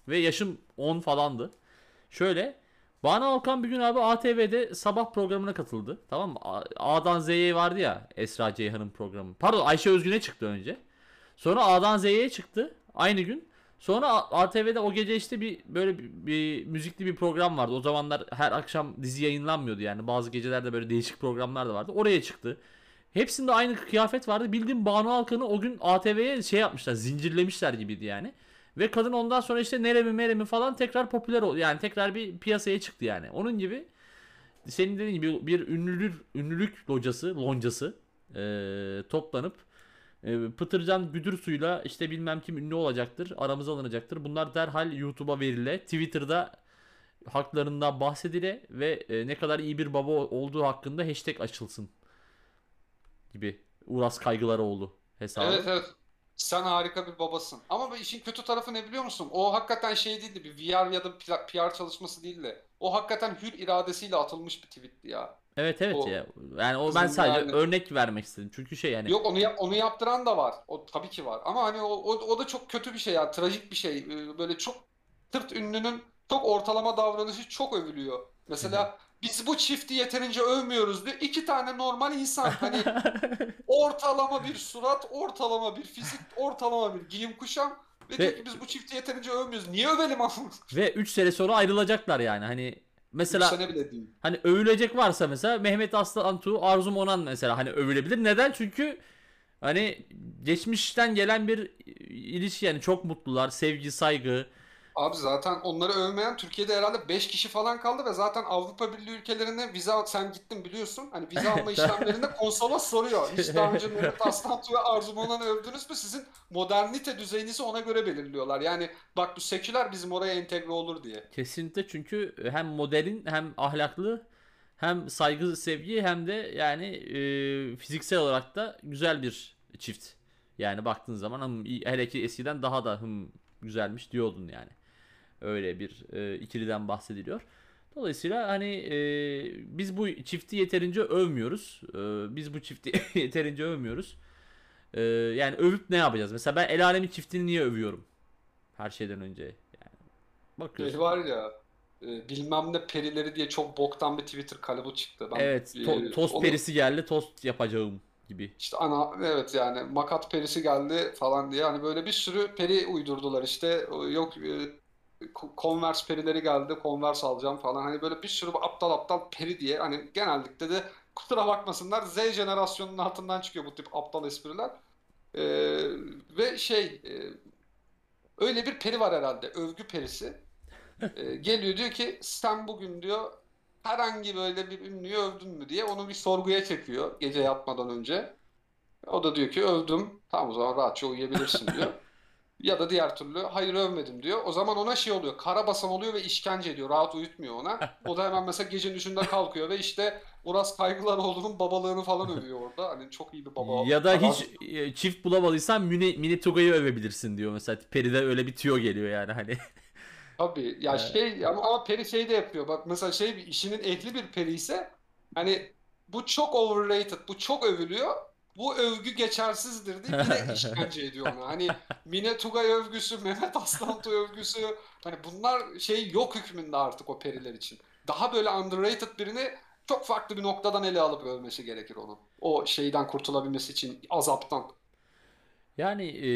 ve yaşım on falandı. Şöyle, Banu Alkan bir gün abi A T V'de sabah programına katıldı. Tamam mı? A- A'dan Z'ye vardı ya, Esra Ceyhan'ın programı. Pardon, Ayşe Özgün'e çıktı önce. Sonra A'dan Z'ye çıktı aynı gün. Sonra A- ATV'de o gece işte bir böyle bir, bir müzikli bir program vardı. O zamanlar her akşam dizi yayınlanmıyordu yani. Bazı gecelerde böyle değişik programlar da vardı. Oraya çıktı. Hepsinde aynı kıyafet vardı. Bildiğim Banu Alkan'ı o gün A T V'ye şey yapmışlar, zincirlemişler gibiydi yani. Ve kadın ondan sonra işte Neremi Meremi falan tekrar popüler oldu. Yani tekrar bir piyasaya çıktı yani. Onun gibi senin dediğin gibi bir ünlülük, ünlülük locası, loncası eee, toplanıp e, Pıtırcan güdür suyla işte bilmem kim ünlü olacaktır, aramıza alınacaktır. Bunlar derhal YouTube'a verile, Twitter'da haklarından bahsedile ve e, ne kadar iyi bir baba olduğu hakkında hashtag açılsın gibi Uras Kaygılaroğlu Evet, hesabı. evet. Sen harika bir babasın. Ama bu işin kötü tarafı ne biliyor musun? O hakikaten şey değildi, bir V R ya da P R çalışması değildi. O hakikaten hür iradesiyle atılmış bir tweetti ya. Evet evet O ya. Yani o, ben kızın sadece yani. örnek vermek istedim. Çünkü şey yani Yok, onu yap, onu yaptıran da var. O tabii ki var. Ama hani o, o, o da çok kötü bir şey ya. Trajik bir şey. Ee, Böyle çok tırt ünlünün çok ortalama davranışı çok övülüyor. Mesela biz bu çifti yeterince övmüyoruz diyor. İki tane normal insan. Hani ortalama bir surat, ortalama bir fizik, ortalama bir giyim kuşam. Ve diyor ve ki biz bu çifti yeterince övmüyoruz. Niye övelim ama? ve üç sene sonra ayrılacaklar yani. Hani Üç mesela sene bile değil. hani övülecek varsa mesela Mehmet Aslan Tuğ, Arzu Monan mesela hani övülebilir. Neden? Çünkü hani geçmişten gelen bir ilişki yani çok mutlular. Sevgi, saygı. Abi zaten onları övmeyen Türkiye'de herhalde beş kişi falan kaldı ve zaten Avrupa Birliği ülkelerine vize al- sen gittin biliyorsun. Hani vize alma işlemlerinde konsolos soruyor. Hiç daha önce Mehmet Aslantu ve Arzu Monan'ı övdünüz mü? Sizin modernite düzeyinizi ona göre belirliyorlar. Yani bak bu seküler bizim oraya entegre olur diye. Kesinlikle, çünkü hem modern hem ahlaklı hem saygı sevgi hem de yani e, fiziksel olarak da güzel bir çift. Yani baktığın zaman hım, iyi- hele ki eskiden daha da hım, güzelmiş diyordun yani. Öyle bir e, ikiliden bahsediliyor. Dolayısıyla hani e, biz bu çifti yeterince övmüyoruz. E, biz bu çifti yeterince övmüyoruz. E, yani övüp ne yapacağız? Mesela ben El Alemin çiftini niye övüyorum? Her şeyden önce. Yani Şey bakıyorsun. var ya, e, bilmem ne perileri diye çok boktan bir Twitter kalıbı çıktı. Ben Evet, to- e, tost onu perisi geldi, tost yapacağım gibi. İşte ana, evet, yani makat perisi geldi falan diye hani böyle bir sürü peri uydurdular işte. O yok, e, Converse perileri geldi, Converse alacağım falan, hani böyle bir sürü aptal aptal peri diye, hani genellikle de kusura bakmasınlar Z jenerasyonunun altından çıkıyor bu tip aptal espriler. E, Ve şey, e, öyle bir peri var herhalde, övgü perisi. E, geliyor diyor ki sen bugün diyor herhangi böyle bir ünlüyü övdün mü diye onu bir sorguya çekiyor gece yatmadan önce. O da diyor ki övdüm. Tamam, o zaman rahatça uyuyabilirsin diyor. Ya da diğer türlü hayır övmedim diyor. O zaman ona şey oluyor. Karabasan oluyor ve işkence ediyor. Rahat uyutmuyor ona. O da hemen mesela gecenin üçünde kalkıyor ve işte Uras Kaygılaroğlu'nun babalığını falan övüyor orada. Hani çok iyi bir baba. Ya da Az, hiç e, çift bulamadıysan Mini, Mini Tugay'ı övebilirsin diyor mesela. Peride öyle bir tüyo geliyor yani hani. tabii ya E, şey, ama, ama peri şey de yapıyor. Bak mesela şey, bir işinin ehli bir peri ise hani bu çok overrated, bu çok övülüyor. Bu övgü geçersizdir deyip yine işkence ediyor ona. Hani Mine Tugay övgüsü, Mehmet Aslantu övgüsü, hani bunlar şey yok hükmünde artık o periler için. Daha böyle underrated birini çok farklı bir noktadan ele alıp övmesi gerekir onun. O şeyden kurtulabilmesi için, azaptan. Yani e,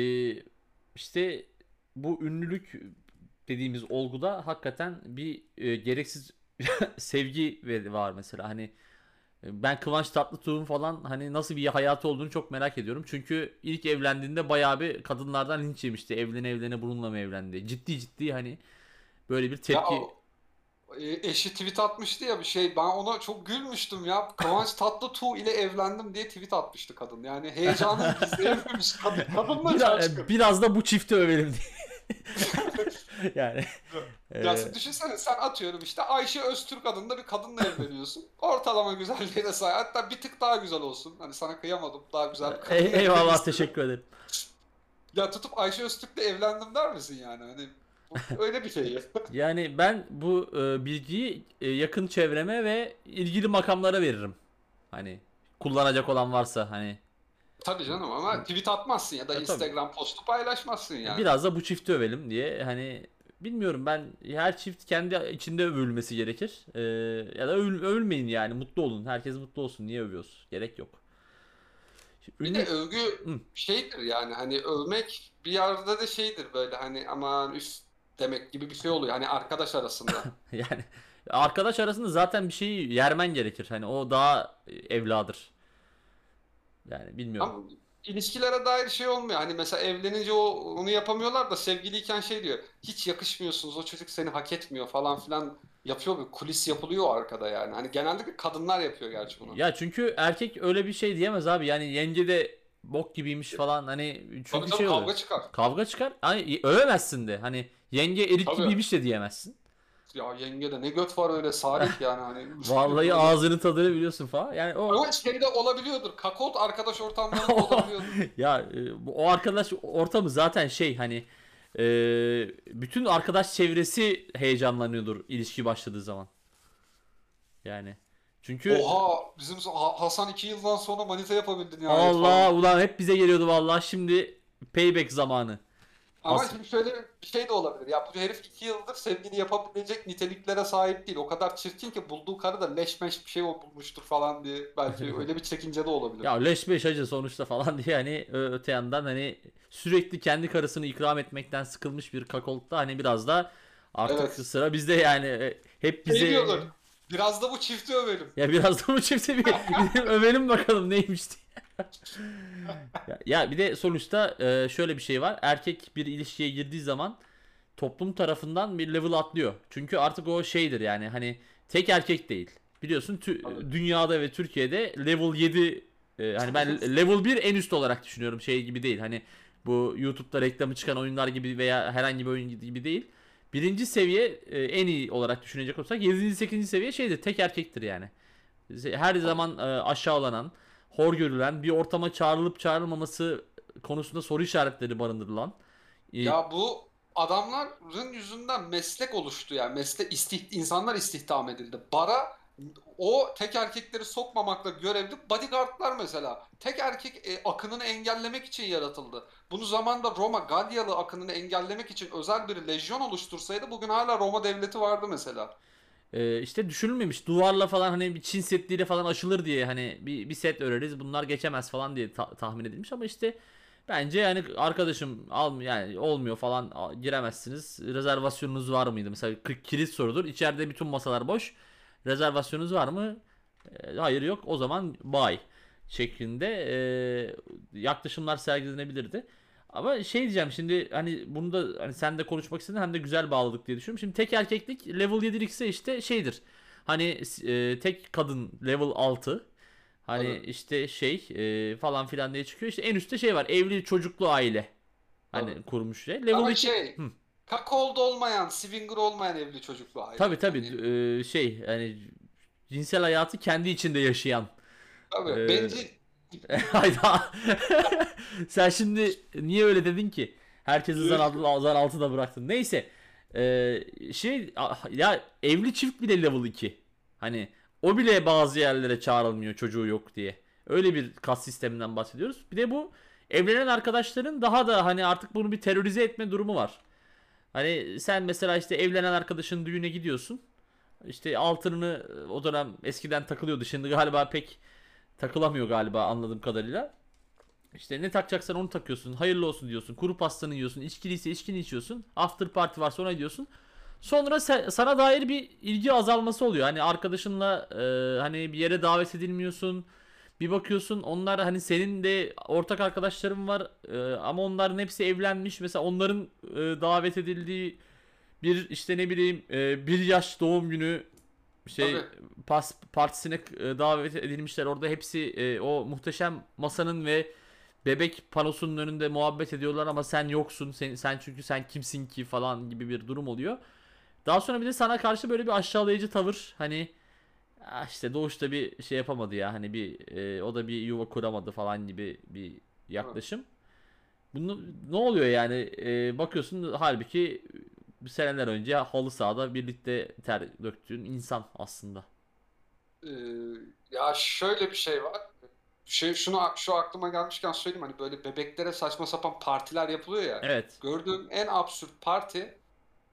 işte bu ünlülük dediğimiz olguda hakikaten bir e, gereksiz sevgi ve- var mesela. Hani e, ben Kıvanç Tatlıtuğ'un falan hani nasıl bir hayatı olduğunu çok merak ediyorum. Çünkü ilk evlendiğinde bayağı bir kadınlardan linç yemişti. Evlene evlene bununla mı evlendi? Ciddi ciddi hani böyle bir Ya tepki. o- e, eşi tweet atmıştı ya bir şey. Ben ona çok gülmüştüm ya. Kıvanç Tatlıtuğ ile evlendim diye tweet atmıştı kadın. Yani heyecanını gizleyememiş kadın. Kadın da biraz, şaşkın. biraz da bu çifti övelim diye. Yani Ya e, sen düşünsene, sen atıyorum işte Ayşe Öztürk adında bir kadınla evleniyorsun. Ortalama güzelliğine sahip. Hatta bir tık daha güzel olsun. Hani sana kıyamadım. Daha güzel bir ey- kadınla evlenmek eyvallah, istedim. teşekkür ederim. Ya tutup Ayşe Öztürk'le evlendim der misin yani? Hani bu öyle bir şey ya. Yani ben bu e, bilgiyi e, yakın çevreme ve ilgili makamlara veririm. Hani kullanacak olan varsa hani Tabii canım, ama tweet atmazsın ya da e, tabii Instagram postu paylaşmazsın yani. biraz da bu çifti övelim diye hani bilmiyorum, ben her çift kendi içinde övülmesi gerekir. Ee, ya da övül, övülmeyin yani, mutlu olun. Herkes mutlu olsun. Niye övüyoruz? Gerek yok. Şimdi Bir de ünlü övgü Hı. şeydir yani hani övmek bir yerde de şeydir böyle hani aman üst demek gibi bir şey oluyor hani arkadaş arasında. Yani arkadaş arasında zaten bir şeyi yermen gerekir. Hani o daha evladır. Yani bilmiyorum. Ama ilişkilere dair şey olmuyor. Hani mesela evlenince o onu yapamıyorlar da sevgiliyken şey diyor. Hiç yakışmıyorsunuz. O çocuk seni hak etmiyor falan filan yapıyor. Bir kulis yapılıyor arkada yani. Hani genelde kadınlar yapıyor gerçi bunu. Ya çünkü erkek öyle bir şey diyemez abi. Yani yenge de bok gibiymiş falan, hani Tabii çünkü tabii şey oluyor. kavga çıkar. Kavga çıkar. Hani övemezsin de. Hani yenge erik Tabii. gibiymiş de diyemezsin. Ya yenge de ne göt var öyle Salih yani hani Vallahi böyle. ağzının tadını biliyorsun falan. Yani o Ama şeyde olabiliyordur. Kakot arkadaş ortamlarında olabiliyordur. ya e, bu- o arkadaş ortamı zaten şey, hani e, bütün arkadaş çevresi heyecanlanıyordur ilişki başladığı zaman. Yani çünkü Oha bizim Ha- Hasan iki yıldan sonra manita yapabildi nihayet Allah falan. ulan hep bize geliyordu vallahi, şimdi payback zamanı. Ama Has şimdi şöyle bir şey de olabilir. Ya bu herif iki yıldır sevgili yapabilecek niteliklere sahip değil. O kadar çirkin ki bulduğu karı da leş meş bir şey o bulmuştur falan diye. Belki öyle bir çekince de olabilir. ya leş beş hacı sonuçta falan diye, hani ö- öte yandan hani sürekli kendi karısını ikram etmekten sıkılmış bir kakolda, hani biraz da artık Evet. sıra bizde yani. E, hep Şey bize diyorlar. Biraz da bu çifti övelim. ya biraz da bu çifte bir, bir övelim bakalım neymiş diye. Ya, ya bir de sonuçta e, şöyle bir şey var. Erkek bir ilişkiye girdiği zaman toplum tarafından bir level atlıyor. Çünkü artık o şeydir yani, hani tek erkek değil. Biliyorsun Tabii. tü- dünyada ve Türkiye'de level yedi, e, hani ben level bir en üst olarak düşünüyorum, şey gibi değil. Hani bu YouTube'da reklamı çıkan oyunlar gibi veya herhangi bir oyun gibi değil. Birinci seviye e, en iyi olarak düşünecek olsak yedinci sekizinci seviye şeydir, tek erkektir yani. Her Tabii. zaman e, aşağılanan, hor görülen, bir ortama çağrılıp çağrılmaması konusunda soru işaretleri barındırılan. E, Ya bu adamların yüzünden meslek oluştu yani. Meslek istih insanlar istihdam edildi. Bara o tek erkekleri sokmamakla görevli bodyguardlar mesela. Tek erkek e, akınını engellemek için yaratıldı. Bunu zamanda Roma Galyalı akınını engellemek için özel bir lejyon oluştursaydı bugün hala Roma devleti vardı mesela. e, işte düşünülmemiş, duvarla falan hani bir Çin setliyle falan aşılır diye, hani bir, bir set öreriz bunlar geçemez falan diye ta- tahmin edilmiş, ama işte bence yani arkadaşım al yani olmuyor falan, a- giremezsiniz. Rezervasyonunuz var mıydı? Mesela k- kilit sorudur. İçeride bütün masalar boş. Rezervasyonunuz var mı? E, hayır yok. O zaman bye şeklinde e, yaklaşımlar sergilenebilirdi. Ama şey diyeceğim şimdi, hani bunu da hani sen de konuşmak istedin, hem de güzel bağladık diye düşünüyorum. Şimdi tek erkeklik level yedi ise işte şeydir. Hani e, tek kadın level altı. Hani Tabii, işte şey e, falan filan diye çıkıyor. İşte en üstte şey var. Evli çocuklu aile. tabii. Hani kurmuş şey. Level Ama iki. şey, cuckold olmayan, swinger olmayan evli çocuklu Tabii aile. tabii, Hani e, şey hani cinsel hayatı kendi içinde yaşayan. tabii E, bencil. hayda. Sen şimdi niye öyle dedin ki? Herkesi zan, altı, zan altında bıraktın. Neyse. E, şey ah, ya evli çift bile level iki. Hani o bile bazı yerlere çağrılmıyor çocuğu yok diye. Öyle bir kas sisteminden bahsediyoruz. Bir de bu evlenen arkadaşların daha da hani artık bunu bir terörize etme durumu var. Hani sen mesela işte evlenen arkadaşın düğüne gidiyorsun. İşte altınını o dönem eskiden takılıyordu. Şimdi galiba pek takılamıyor galiba anladığım kadarıyla. İşte ne takacaksan onu takıyorsun. Hayırlı olsun diyorsun. Kuru pastanı yiyorsun. İçkiliyse içkini içiyorsun. After party varsa ona gidiyorsun. Sonra se- sana dair bir ilgi azalması oluyor. Hani arkadaşınla e, hani bir yere davet edilmiyorsun. Bir bakıyorsun onlar, hani senin de ortak arkadaşların var e, ama onların hepsi evlenmiş. Mesela onların e, davet edildiği bir işte ne bileyim e, bir yaş doğum günü Tabii. şey pas partisine e, davet edilmişler. Orada hepsi e, o muhteşem masanın ve bebek panosunun önünde muhabbet ediyorlar ama sen yoksun. Sen, sen çünkü sen kimsin ki falan gibi bir durum oluyor. Daha sonra bir de sana karşı böyle bir aşağılayıcı tavır. Hani "Ah işte Doğuş da bir şey yapamadı ya. Hani bir e, o da bir yuva kuramadı" falan gibi bir Tabii. yaklaşım. Bunu ne oluyor yani? E, bakıyorsun halbuki seneler önce halı sahada birlikte ter döktüğün insan aslında. Ee, ya şöyle bir şey var. Şey, şunu şu aklıma gelmişken söyleyeyim hani böyle bebeklere saçma sapan partiler yapılıyor ya. Evet. Gördüğüm en absürt parti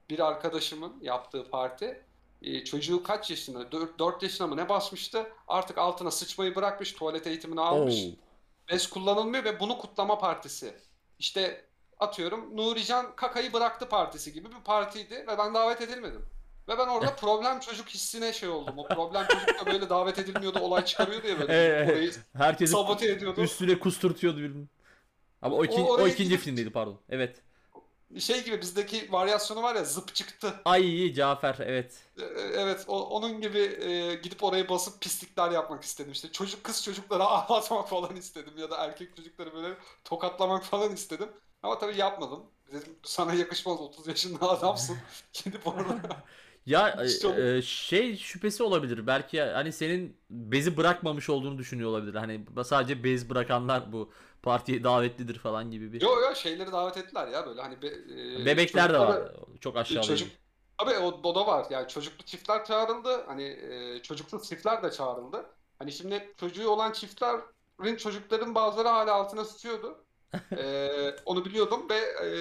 bir arkadaşımın yaptığı parti. E, çocuğu kaç yaşında? dört yaşına mı ne basmıştı? Artık altına sıçmayı bırakmış, tuvalet eğitimini almış. Oo. Bez kullanılmıyor ve bunu kutlama partisi. İşte atıyorum Nurican kakayı bıraktı partisi gibi bir partiydi ve ben davet edilmedim. Ve ben orada problem çocuk hissine şey oldum. O problem çocuk da böyle davet edilmiyordu, olay çıkarıyordu ya böyle gidip Evet, orayı herkesi sabote ediyordu. üstüne kusturtuyordu birbirini. Ama o, O ikinci, o oraya ikinci gidip filmdeydi, pardon. Evet. şey gibi bizdeki varyasyonu var ya zıp çıktı. Ay Cafer, evet. E, Evet, o, onun gibi e, gidip orayı basıp pislikler yapmak istedim. İşte çocuk kız çocuklara ağlatmak falan istedim ya da erkek çocukları böyle tokatlamak falan istedim. Ama tabii yapmadım. Dedim sana yakışmaz, otuz yaşında adamsın. Gidip orada Ya işte onu- e, e, şey şüphesi olabilir. Belki hani senin bezi bırakmamış olduğunu düşünüyor olabilir. Hani sadece bez bırakanlar bu partiye davetlidir falan gibi bir. yo yo şeyleri davet ettiler ya böyle hani be, e, Bebekler de var. çocukları Çok e, aşağılayıcı. çocuk tabii o, o da var. Yani çocuklu çiftler çağrıldı. Hani e, çocuksuz çiftler de çağrıldı. Hani şimdi çocuğu olan çiftlerin çocukların bazıları hala altına sıçıyordu. E, onu biliyordum ve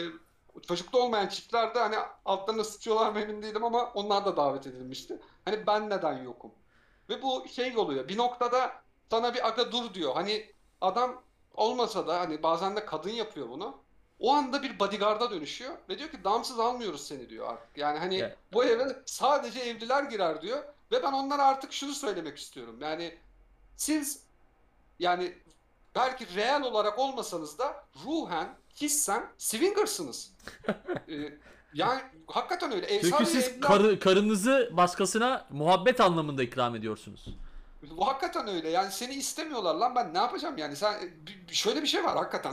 e, çocuklu olmayan çiftler de hani altlarına sıçıyorlar mı emin değilim ama onlar da davet edilmişti. Hani ben neden yokum? Ve bu şey oluyor. Bir noktada sana bir aga dur diyor. Hani adam olmasa da hani bazen de kadın yapıyor bunu. O anda bir bodyguard'a dönüşüyor ve diyor ki damsız almıyoruz seni diyor artık. Yani hani Ya, bu eve sadece evliler girer diyor ve ben onlara artık şunu söylemek istiyorum. Yani siz yani belki real olarak olmasanız da ruhen, hissen swingersınız. Ee, yani hakikaten öyle. Ev çünkü sadece siz evliler. karı, karınızı başkasına muhabbet anlamında ikram ediyorsunuz. Bu hakikaten öyle. Yani seni istemiyorlar lan ben ne yapacağım yani sen bir- bir- şöyle bir şey var hakikaten.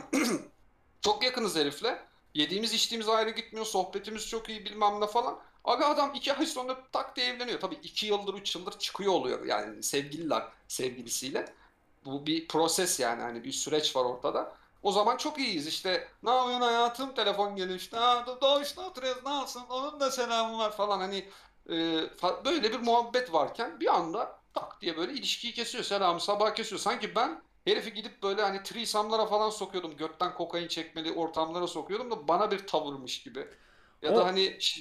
Çok yakınız herifle. Yediğimiz içtiğimiz ayrı gitmiyor. Sohbetimiz çok iyi bilmem ne falan. Abi adam iki ay sonra tak diye evleniyor. Tabii iki yıldır üç yıldır çıkıyor oluyor. Yani sevgililer sevgilisiyle. Bu bir proses yani hani bir süreç var ortada. O zaman çok iyiyiz işte. Ne yapıyorsun hayatım? Telefon geliyor işte. Ha, doğuşta oturuyoruz ne yapsın? Onun da selamı var falan. Hani e, fa- böyle bir muhabbet varken bir anda tak diye böyle ilişkiyi kesiyor. Selamı sabah kesiyor. Sanki ben herifi gidip böyle hani threesome'lara falan sokuyordum. Götten kokain çekmeli ortamlara sokuyordum da bana bir tavırmış gibi. Ya da O hani ş-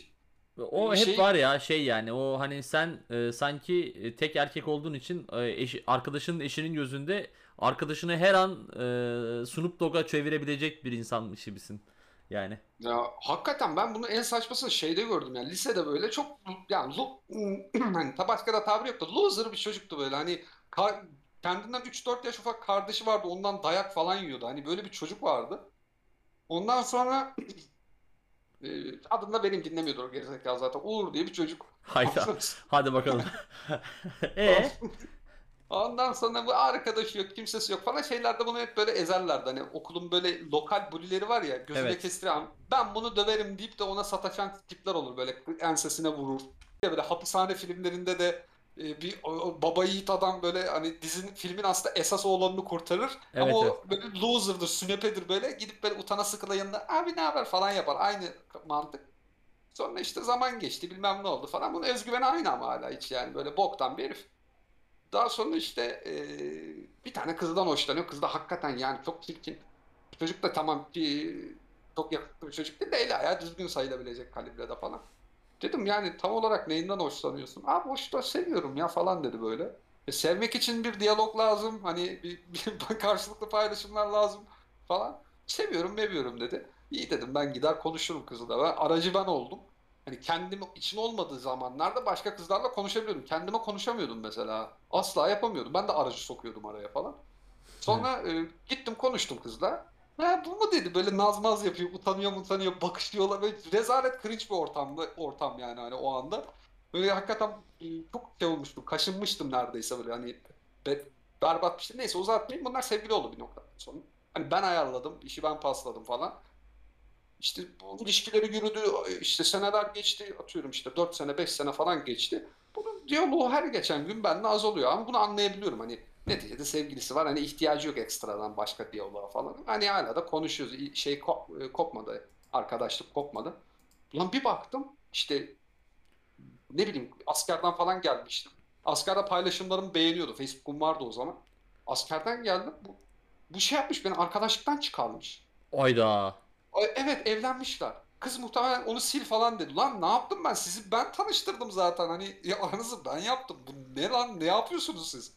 O hep şey var ya, şey yani, o hani sen e, sanki e, tek erkek olduğun için e, eşi- arkadaşının eşinin gözünde arkadaşını her an e, Snoop Dogg'a çevirebilecek bir insanmış gibisin. Yani. ya hakikaten ben bunu en saçmasını şeyde gördüm yani lisede böyle çok yani lo- hani ta başka da tabir yok da loser bir çocuktu böyle hani ka- kendinden üç dört yaş ufak kardeşi vardı ondan dayak falan yiyordu hani böyle bir çocuk vardı. Ondan sonra e, adını da benim dinlemiyordu o gerizekalı zaten Uğur diye bir çocuk. Hayda. Hadi bakalım. E Ondan sonra bu arkadaşı yok, kimsesi yok falan şeylerde bunu hep böyle ezerlerdi. Hani okulun böyle lokal bulileri var ya gözüne evet. kestiren ben bunu döverim deyip de ona sataşan tipler olur böyle ensesine vurur. Ya böyle hapishane filmlerinde de e, bir o- o baba yiğit adam böyle hani dizinin filmin aslında esas oğlanını kurtarır ama Evet, evet. o böyle loser'dır, sünepedir böyle gidip böyle utana sıkıla yanında abi ne haber falan yapar. Aynı mantık. Sonra işte zaman geçti bilmem ne oldu falan. Bunun özgüveni aynı ama hala hiç yani böyle boktan bir herif. Daha sonra işte eee, bir tane kızdan hoşlanıyor. Kız da hakikaten yani çok çirkin. Çocuk da tamam ki çok yakışıklı bir çocuk değil de eli ayağı düzgün sayılabilecek kalibrede falan. Dedim yani tam olarak neyinden hoşlanıyorsun? Abi hoşla seviyorum ya falan dedi böyle. E, sevmek için bir diyalog lazım. Hani bir, bir karşılıklı paylaşımlar lazım falan. Seviyorum, meviyorum dedi. İyi dedim ben gider konuşurum kızla. Ben, aracı ben oldum. Hani kendim için olmadığı zamanlarda başka kızlarla konuşabiliyordum. Kendime konuşamıyordum mesela. Asla yapamıyordum. Ben de aracı sokuyordum araya falan. Evet. Sonra e, gittim konuştum kızla. Ha, bu mu dedi böyle naz maz yapıyor, utanıyor utanıyor, bakışıyorlar. Böyle rezalet cringe bir ortamda, ortam yani hani o anda. Böyle hakikaten e, çok şey olmuştum, kaşınmıştım neredeyse böyle hani be, berbat bir şey. Neyse uzatmayayım bunlar sevgili oldu bir noktadan sonra. Hani ben ayarladım, işi ben pasladım falan. İşte bu ilişkileri yürüdü, işte seneler geçti, atıyorum işte dört sene, beş sene falan geçti. Bunun diyaloğu her geçen gün bende azalıyor ama bunu anlayabiliyorum. Hani neticede sevgilisi var, hani ihtiyacı yok ekstradan başka diyaloğa falan. Hani hala da konuşuyoruz, şey kop- e, kopmadı, arkadaşlık kopmadı. Ulan bir baktım, işte ne bileyim askerden falan gelmiştim. Askerde paylaşımlarımı beğeniyordu, Facebook'um vardı o zaman. Askerden geldim, bu, bu şey yapmış, beni arkadaşlıktan çıkarmış. Ayda. Evet evlenmişler. kız muhtemelen onu sil falan dedi. Lan ne yaptım ben? Sizi ben tanıştırdım zaten. Hani ya aranızı ben yaptım. Bu ne lan? Ne yapıyorsunuz siz?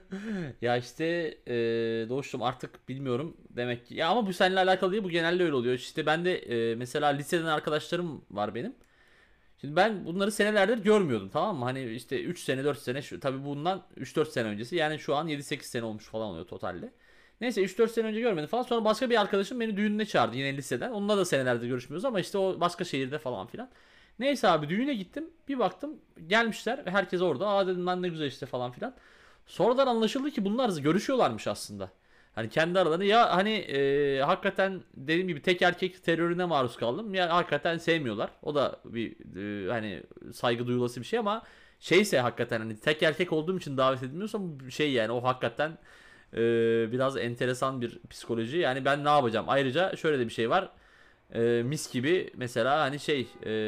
Ya işte e, Doğuş'tum artık bilmiyorum demek ki. Ya ama bu seninle alakalı değil, bu genelde öyle oluyor. İşte ben de e, mesela liseden arkadaşlarım var benim. Şimdi ben bunları senelerdir görmüyordum, tamam mı? Hani işte üç sene dört sene şu, tabii bundan üç dört sene öncesi, yani şu an yedi sekiz sene olmuş falan oluyor totalde. Neyse üç dört sene önce görmedim falan. Sonra başka bir arkadaşım beni düğününe çağırdı yine liseden. Onunla da senelerdir görüşmüyoruz ama işte o başka şehirde falan filan. Neyse abi düğüne gittim. Bir baktım gelmişler ve herkes orada. Aa dedim lan ne güzel işte falan filan. Sonradan anlaşıldı ki bunlar görüşüyorlarmış aslında. Hani kendi aralarında ya hani e, hakikaten dediğim gibi tek erkek terörüne maruz kaldım. Ya hakikaten sevmiyorlar. O da bir e, hani saygı duyulası bir şey ama şeyse hakikaten hani tek erkek olduğum için davet edilmiyorsam şey yani o hakikaten e, biraz enteresan bir psikoloji. Yani ben ne yapacağım? Ayrıca şöyle de bir şey var. E, mis gibi mesela hani şey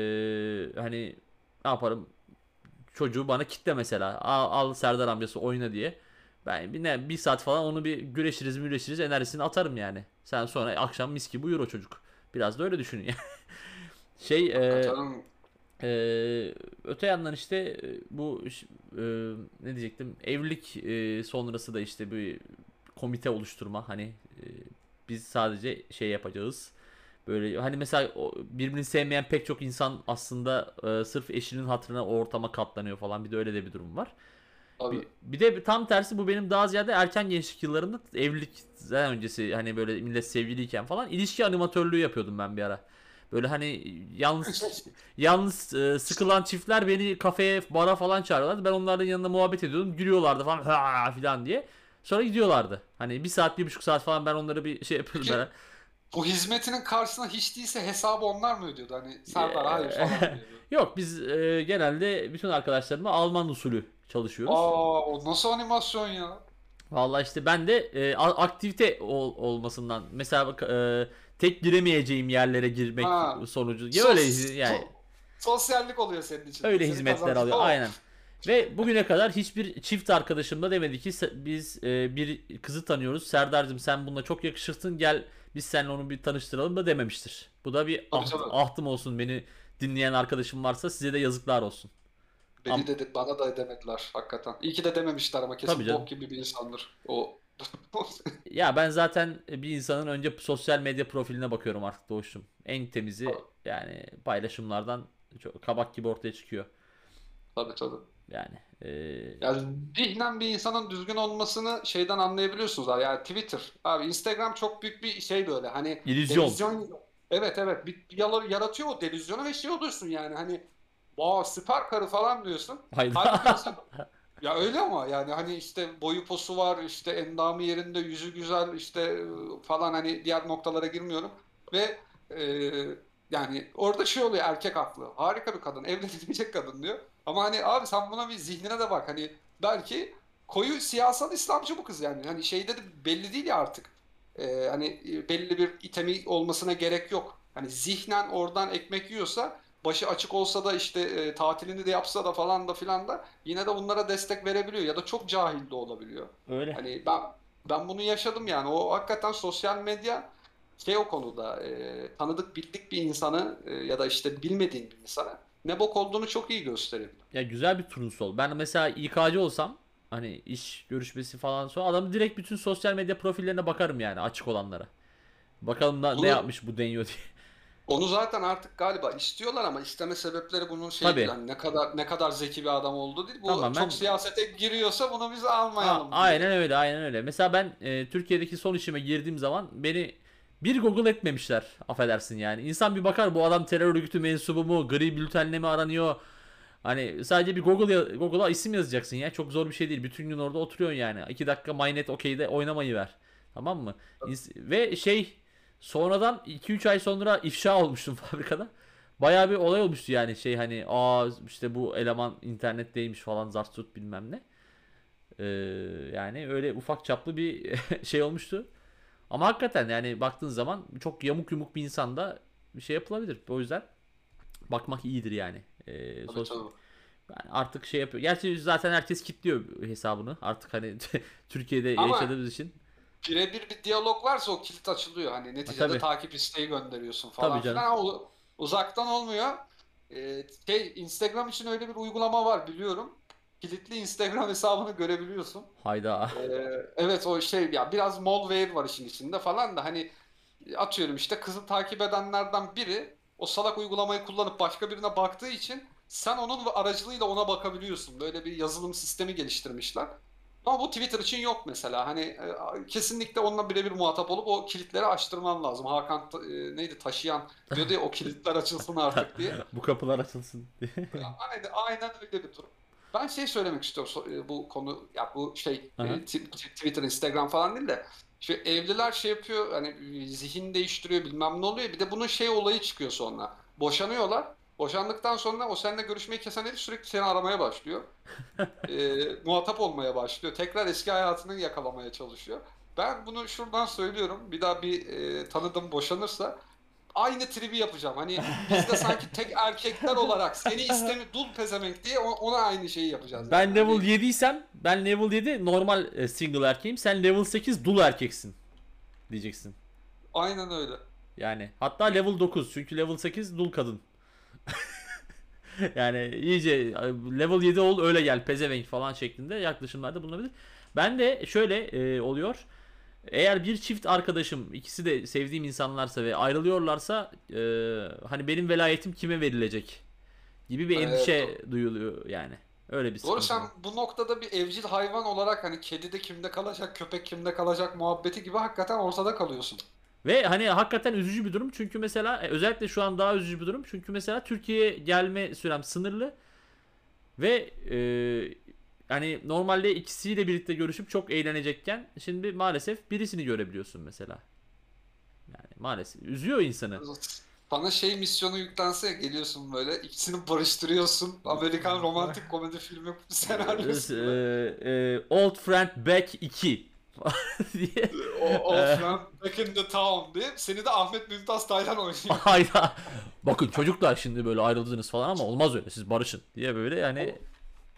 e, hani ne yaparım? Çocuğu bana kitle mesela. Al, al Serdar amcası oyna diye. Ben bir, ne, bir saat falan onu bir güreşiriz müreşiriz enerjisini atarım yani. Sen sonra akşam mis gibi uyur o çocuk. Biraz da öyle düşünün ya. Şey e, Hakikaten e, öte yandan işte e, bu e, ne diyecektim? Evlilik e, sonrası da işte bir komite oluşturma. Hani e, biz sadece şey yapacağız. Böyle hani mesela o birbirini sevmeyen pek çok insan aslında e, sırf eşinin hatırına o ortama katlanıyor falan. Bir de öyle de bir durum var. tabii. Bir, bir de tam tersi bu benim daha ziyade erken gençlik yıllarında evlilikten öncesi hani böyle millet sevgiliyken falan ilişki animatörlüğü yapıyordum ben bir ara. Böyle hani yalnız yalnız e, sıkılan çiftler beni kafeye, bara falan çağırıyorlardı. Ben onların yanında muhabbet ediyordum. Gülüyorlardı falan ha falan diye. Sonra gidiyorlardı. Hani bir saat, bir buçuk saat falan ben onları bir şey yapıyordum. Peki bu hizmetinin karşısına hiç değilse hesabı onlar mı ödüyordu? Hani Serdar hayır falan diyordu. Yok biz e, genelde bütün arkadaşlarımla Alman usulü çalışıyoruz. Aa, o nasıl animasyon ya? Vallahi işte ben de e, a- aktivite ol- olmasından mesela bak, e, tek giremeyeceğim yerlere girmek Ha. sonucu ya öyle Sos, hiz- yani so- sosyallik oluyor senin için de. öyle Senin hizmetler kazancın alıyor o. aynen. Ve bugüne kadar hiçbir çift arkadaşım da demedi ki "Se- biz e, bir kızı tanıyoruz. Serdar'cığım sen bununla çok yakışırsın. Gel biz seninle onu bir tanıştıralım" da dememiştir. Bu da bir Tabii aht- tabii. ahtım olsun, beni dinleyen arkadaşım varsa size de yazıklar olsun. Beni Am dedi, bana da demediler hakikaten. İyi ki de dememişler ama tabii kesin bok canım. gibi bir insandır. O Ya ben zaten bir insanın önce sosyal medya profiline bakıyorum artık Doğuş'um. En temizi yani paylaşımlardan çok kabak gibi ortaya çıkıyor. tabii tabii. Yani eee Yani zihnen bir insanın düzgün olmasını şeyden anlayabiliyorsunuz abi. Yani Twitter. Abi Instagram çok büyük bir şey böyle. Hani illüzyon. delüzyon. Evet evet. Bir yalar yaratıyor o delüzyonu ve şey oluyorsun yani. Hani wow, süper karı falan diyorsun. Halbuki Hayda. mesela ya öyle ama yani hani işte boyu posu var, işte endamı yerinde, yüzü güzel, işte e, falan, hani diğer noktalara girmiyorum. Ve e, yani orada şey oluyor, erkek haklı. Harika bir kadın, evlenilecek kadın diyor. Ama hani abi sen buna bir zihnine de bak. Hani belki koyu siyasal İslamcı bu kız yani. Hani şeyde de belli değil ya artık. E, hani e, belli bir itemi olmasına gerek yok. Hani zihnen oradan ekmek yiyorsa, başı açık olsa da işte e, tatilini de yapsa da falan da filan da yine de bunlara destek verebiliyor ya da çok cahil de olabiliyor. Öyle. Hani ben ben bunu yaşadım yani. O hakikaten sosyal medya şey o konuda e, tanıdık bildik bir insanı e, ya da işte bilmediğin bir insanı ne bok olduğunu çok iyi gösterebilir. Ya güzel bir turnusol. Ben mesela İK'cı olsam hani iş görüşmesi falan sonra adamın direkt bütün sosyal medya profillerine bakarım yani açık olanlara. Bakalım da ne Onu yapmış bu deniyor diye. onu zaten artık galiba istiyorlar ama isteme sebepleri bunun şey değil. Tabii. Hani ne kadar ne kadar zeki bir adam olduğu değil. Bu çok Tamamen siyasete giriyorsa bunu biz A- almayalım diye. aynen öyle, aynen öyle. Mesela ben e, Türkiye'deki son işime girdiğim zaman beni bir Google etmemişler, affedersin yani. İnsan bir bakar bu adam terör örgütü mensubu mu, gri bültenle mi aranıyor? Hani sadece bir Google ya- Google'a isim yazacaksın ya. Çok zor bir şey değil. Bütün gün orada oturuyorsun yani. iki dakika MyNet okey'de oynamayı ver. Tamam mı? İns- Ve şey sonradan iki üç ay sonra ifşa olmuştum fabrikada. Bayağı bir olay olmuştu yani şey hani aa işte bu eleman internetteymiş falan zart tut bilmem ne. Ee, Yani öyle ufak çaplı bir şey olmuştu. Ama hakikaten yani baktığın zaman çok yamuk yumuk bir insanda bir şey yapılabilir. O yüzden bakmak iyidir yani. Ee, Tabii sos tabii. yani artık şey yapıyor. Gerçi zaten herkes kilitliyor hesabını. Artık hani Türkiye'de Ama yaşadığımız için. birebir bir diyalog varsa o kilit açılıyor. Hani Ha, neticede tabii. takip isteği gönderiyorsun Tabii falan canım. filan. O, Uzaktan olmuyor. Ee, şey Instagram için öyle bir uygulama var biliyorum. Kilitli Instagram hesabını görebiliyorsun. Hayda. Ee, evet o şey ya biraz malware var işin içinde falan da hani atıyorum işte kızı takip edenlerden biri o salak uygulamayı kullanıp başka birine baktığı için sen onun aracılığıyla ona bakabiliyorsun. Böyle bir yazılım sistemi geliştirmişler. Ama bu Twitter için yok mesela. Hani e, kesinlikle onunla birebir muhatap olup o kilitleri açtırman lazım. Hakan Ta- e, neydi taşıyan diyordu ya o kilitler açılsın artık diye. Bu kapılar açılsın. Aynen, aynen öyle bir durum. Ben şey söylemek istiyorum so- e, bu konu ya bu şey Aha. e, ti- ti- Twitter, Instagram falan değil de şu evliler şey yapıyor hani e, zihin değiştiriyor bilmem ne oluyor. Bir de bunun şey olayı çıkıyor sonra. Boşanıyorlar. Boşandıktan sonra o seninle görüşmeyi kesen herif sürekli seni aramaya başlıyor. E, muhatap olmaya başlıyor. Tekrar eski hayatını yakalamaya çalışıyor. Ben bunu şuradan söylüyorum. Bir daha bir e, tanıdım boşanırsa aynı tribi yapacağım. Hani biz de sanki tek erkekler olarak seni istemi dul pezevenk diye o- ona aynı şeyi yapacağız yani. Ben level Hani yediysem ben level yedi normal e, single erkeğim. Sen level sekiz dul erkeksin diyeceksin. aynen öyle. Yani hatta level dokuz çünkü level sekiz dul kadın. Yani iyice e, level yedi ol öyle gel pezevenk falan şeklinde yaklaşımlarda bulunabilir. Ben de şöyle e, oluyor. Eğer bir çift arkadaşım ikisi de sevdiğim insanlarsa ve ayrılıyorlarsa e, hani benim velayetim kime verilecek gibi bir Ee, endişe do- duyuluyor yani. Öyle bir doğru sıkıntı sen var. bu noktada bir evcil hayvan olarak hani kedi de kimde kalacak, köpek kimde kalacak muhabbeti gibi hakikaten ortada kalıyorsun. Ve hani hakikaten üzücü bir durum çünkü mesela e, özellikle şu an daha üzücü bir durum çünkü mesela Türkiye'ye gelme sürem sınırlı ve e, hani normalde ikisiyle birlikte görüşüp çok eğlenecekken şimdi maalesef birisini görebiliyorsun mesela. Yani maalesef üzüyor insanı. Sana şey misyonu yüklense ya, geliyorsun böyle ikisini barıştırıyorsun. Amerikan romantik komedi filmi senaryosu gibi. Ee, e, Old Friend Back iki diye. O Old Ee, Friend Back in the Town diye. Seni de Ahmet Mümtaz Taylan oynuyor. hayda. Bakın çocuklar şimdi böyle ayrıldınız falan ama olmaz öyle siz barışın diye böyle yani O,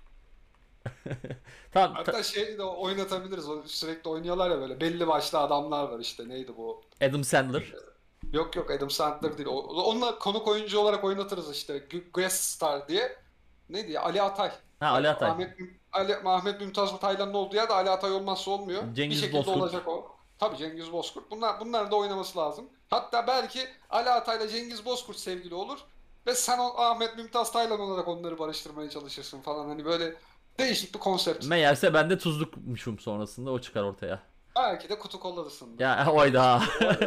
tam ta- hatta şey de oynatabiliriz. O sürekli oynuyorlar ya böyle. Belli başlı adamlar var işte. Neydi bu? Adam Sandler. Yok yok Adam Sandler değil. O, onunla konuk oyuncu olarak oynatırız işte. Gu- Guest Star diye. Neydi ya? Ali Atay. Ha Ali A- Atay. Ahmet, Müm- Ali, Ahmet Mümtaz Taylan'ın olduğu yerde Ali Atay olmazsa olmuyor. Bir Cengiz şekilde Bozkurt. olacak o. Tabii Cengiz Bozkurt. Bunlar, bunlar da oynaması lazım. Hatta belki Ali Atay'la Cengiz Bozkurt sevgili olur. Ve sen o Ahmet Mümtaz Taylan olarak onları barıştırmaya çalışırsın falan. Hani böyle değişik bir konsept. Meğerse ben de tuzlukmuşum sonrasında o çıkar ortaya. Belki de kutu kolarısın. Ya oyda.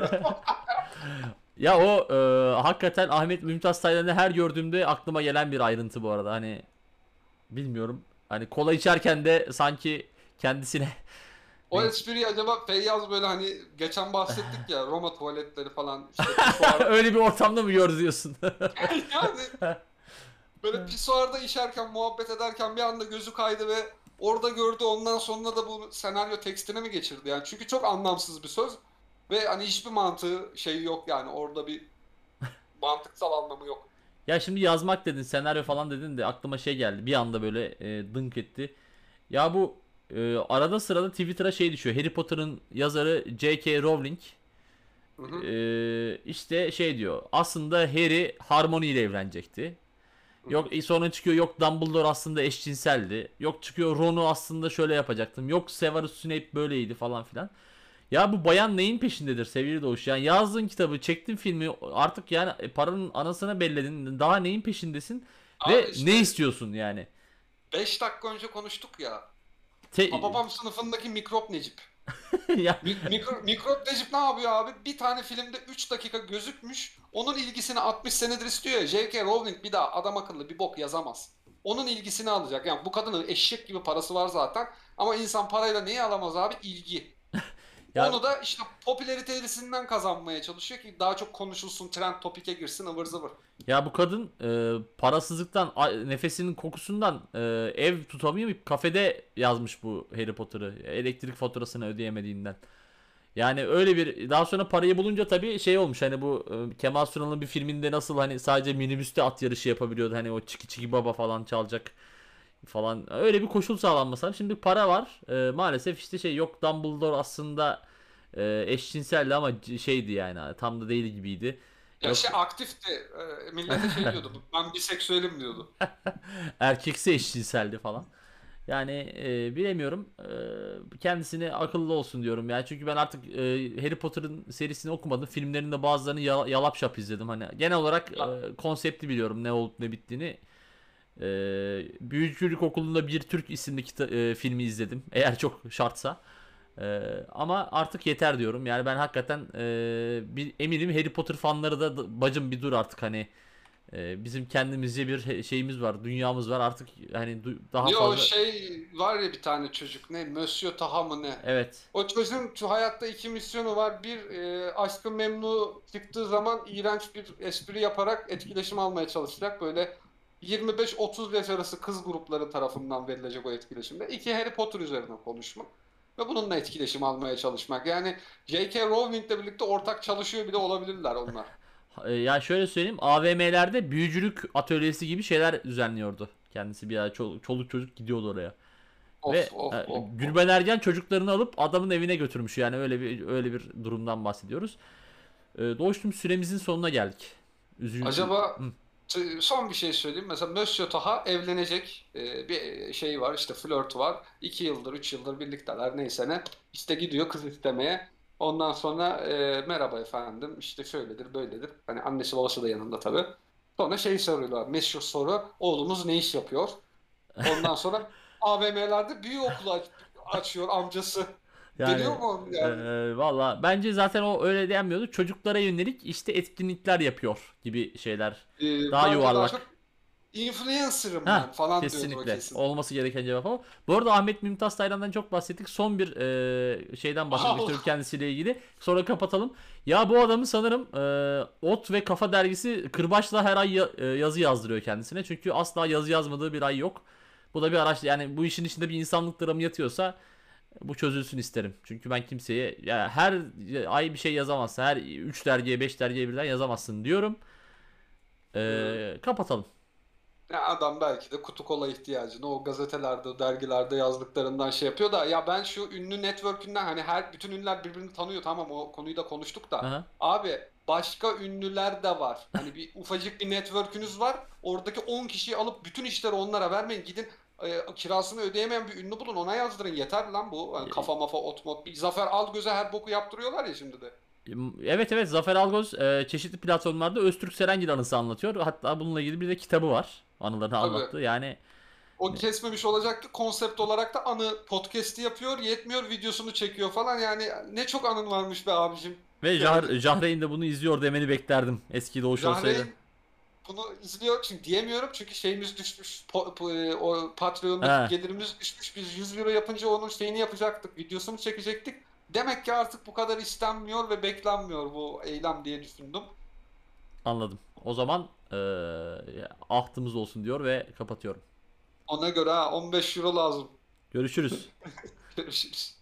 Ya o e, hakikaten Ahmet Mümtaz Taylan'ı her gördüğümde aklıma gelen bir ayrıntı bu arada. Hani bilmiyorum. Hani kola içerken de sanki kendisine O neyse. espriyi acaba Feyyaz böyle hani geçen bahsettik ya Roma tuvaletleri falan işte pisuar. Öyle bir ortamda mı gör diyorsun? Yani böyle pisuarda işerken muhabbet ederken bir anda gözü kaydı ve orada gördü ondan sonra da bu senaryo tekstine mi geçirdi yani çünkü çok anlamsız bir söz ve hani hiçbir mantığı şey yok yani orada bir mantıksal anlamı yok. Ya şimdi yazmak dedin, senaryo falan dedin de aklıma şey geldi. Bir anda böyle e, dınk etti. Ya bu e, arada sırada Twitter'a şey düşüyor. Harry Potter'ın yazarı J K. Rowling Hı hı, e, işte şey diyor. Aslında Harry Harmony ile evlenecekti. hı Yok hı. e, sonra çıkıyor yok Dumbledore aslında eşcinseldi. Yok çıkıyor Ron'u aslında şöyle yapacaktım. Yok Severus Snape böyleydi falan filan. Ya bu bayan neyin peşindedir sevgili Doğuş? Yani yazdığın kitabı, çektin filmi artık yani e, paranın anasını belledin. Daha neyin peşindesin? Abi Ve ne işte istiyorsun yani? beş dakika önce konuştuk ya Te- Hababam sınıfındaki mikrop Necip. ya Mi- mikro, mikrop Necip ne yapıyor abi? Bir tane filmde üç dakika gözükmüş. Onun ilgisini altmış senedir istiyor ya. J K. Rowling bir daha adam akıllı bir bok yazamaz. Onun ilgisini alacak. Yani bu kadının eşek gibi parası var zaten. Ama insan parayla neyi alamaz abi? İlgi. ya Onu da işte popülaritesinden kazanmaya çalışıyor ki daha çok konuşulsun, trend topike girsin, ıvır zıvır. ya bu kadın e, parasızlıktan, a- nefesinin kokusundan e, ev tutamıyor. Bir kafede yazmış bu Harry Potter'ı. Elektrik faturasını ödeyemediğinden. Yani öyle bir daha sonra parayı bulunca tabii şey olmuş hani bu e, Kemal Sunal'ın bir filminde nasıl hani sadece minibüste at yarışı yapabiliyordu hani o Çiki Çiki Baba falan çalacak falan öyle bir koşul sağlanması lazım. Şimdi para var. E, maalesef işte şey yok Dumbledore aslında e, eşcinseldi ama c- şeydi yani tam da değil gibiydi. Ya Yok, şey aktifti. E, millete şey diyordu. Ben biseksüelim diyordu. erkekse eşcinseldi falan. Yani e, bilemiyorum. E, kendisine akıllı olsun diyorum ya. Çünkü ben artık e, Harry Potter'ın serisini okumadım. Filmlerinde bazılarını ya- yalap şap izledim. Hani genel olarak Ya, e, konsepti biliyorum, ne olup ne bittiğini. E, Büyücülük Okulu'nda Bir Türk isimli kita- e, filmi izledim. Eğer çok şartsa. E, ama artık yeter diyorum. Yani ben hakikaten e, bir, eminim Harry Potter fanları da da- bacım bir dur artık hani. E, bizim kendimizce bir he- şeyimiz var, dünyamız var. Artık hani du- daha niye o fazla, şey var ya bir tane çocuk ne? Monsieur Taha mı ne? evet. O çocuğun şu hayatta iki misyonu var. Bir, e, Aşk-ı Memnu çıktığı zaman iğrenç bir espri yaparak etkileşim almaya çalışacak. Böyle yirmi beş otuz yaş arası kız grupları tarafından verilecek o etkileşimde. İki, Harry Potter üzerine konuşmak. Ve bununla etkileşim almaya çalışmak. Yani J K. Rowling'le birlikte ortak çalışıyor bile olabilirler onlar. E, ya şöyle söyleyeyim, A V M'lerde büyücülük atölyesi gibi şeyler düzenliyordu. Kendisi bir ara çoluk, çoluk çocuk gidiyordu oraya. Of Ve of e, of of. Gülben Ergen çocuklarını alıp adamın evine götürmüş. Yani öyle bir öyle bir durumdan bahsediyoruz. E, Doğuştum, süremizin sonuna geldik. Üzü Acaba Hı. t- son bir şey söyleyeyim. Mesela Monsieur Taha evlenecek. Ee, bir şey var işte flört var. İki yıldır, üç yıldır birlikteler neyse ne. İşte gidiyor kız istemeye. Ondan sonra e, merhaba efendim işte şöyledir böyledir. Hani annesi babası da yanında tabii. Sonra şey soruyorlar. Meşhur soru. Oğlumuz ne iş yapıyor? Ondan sonra A V M'lerde büyü okulu aç- açıyor amcası. Deniyor Yani mu e, yani? valla bence zaten o öyle denmiyordu. Çocuklara yönelik işte etkinlikler yapıyor gibi şeyler. Ee, Daha bence daha çok yuvarlak. influencer'ım ben Ha, falan diyordur o kesinlikle. kesin. Olması gereken cevap o. Bu arada Ahmet Mümtaz Taylan'dan çok bahsettik. Son bir e, şeyden bahsetmek istiyorum kendisiyle ilgili. Sonra kapatalım. Ya bu adamın sanırım e, Ot ve Kafa dergisi kırbaçla her ay ya- e, yazı yazdırıyor kendisine. Çünkü asla yazı yazmadığı bir ay yok. Bu da bir araç, yani bu işin içinde bir insanlık dramı yatıyorsa bu çözülsün isterim. Çünkü ben kimseye, ya her ay bir şey yazamazsın. Her üç dergiye beş dergiye birden yazamazsın diyorum. Ee, E, kapatalım. Ya adam belki de kutu kola ihtiyacını o gazetelerde, dergilerde yazdıklarından şey yapıyor da ya ben şu ünlü network'ünden hani her bütün ünlüler birbirini tanıyor tamam o konuyu da konuştuk da Aha. abi başka ünlüler de var. Hani bir ufacık bir network'ünüz var. Oradaki on kişiyi alıp bütün işleri onlara vermeyin. Gidin e, kirasını ödeyemeyen bir ünlü bulun ona yazdırın. Yeter lan bu. Yani kafa mafa ot mot. Bir Zafer Algöz'e her boku yaptırıyorlar ya şimdi de. Evet, evet, Zafer Algöz e, çeşitli platformlarda Öztürk Serengil anısı anlatıyor. Hatta bununla ilgili bir de kitabı var. Anılarını Tabii. anlattığı. Yani O kesmemiş olacaktı. Konsept olarak da anı podcast'i yapıyor. Yetmiyor videosunu çekiyor falan. Yani ne çok anın varmış be abicim. ve Yani Jah Jahreyn de bunu izliyor demeni beklerdim. Eski Doğuş olsaydı. Jahreyn bunu izliyor. Çünkü diyemiyorum. Çünkü şeyimiz düşmüş. Po- po- e, o Patreon'daki Ha, gelirimiz düşmüş. Biz yüz euro yapınca onun şeyini yapacaktık. Videosunu çekecektik. Demek ki artık bu kadar istenmiyor ve beklenmiyor bu eylem diye düşündüm. anladım. O zaman e, ahtımız olsun diyor ve kapatıyorum. Ona göre ha on beş euro lazım. Görüşürüz. Görüşürüz.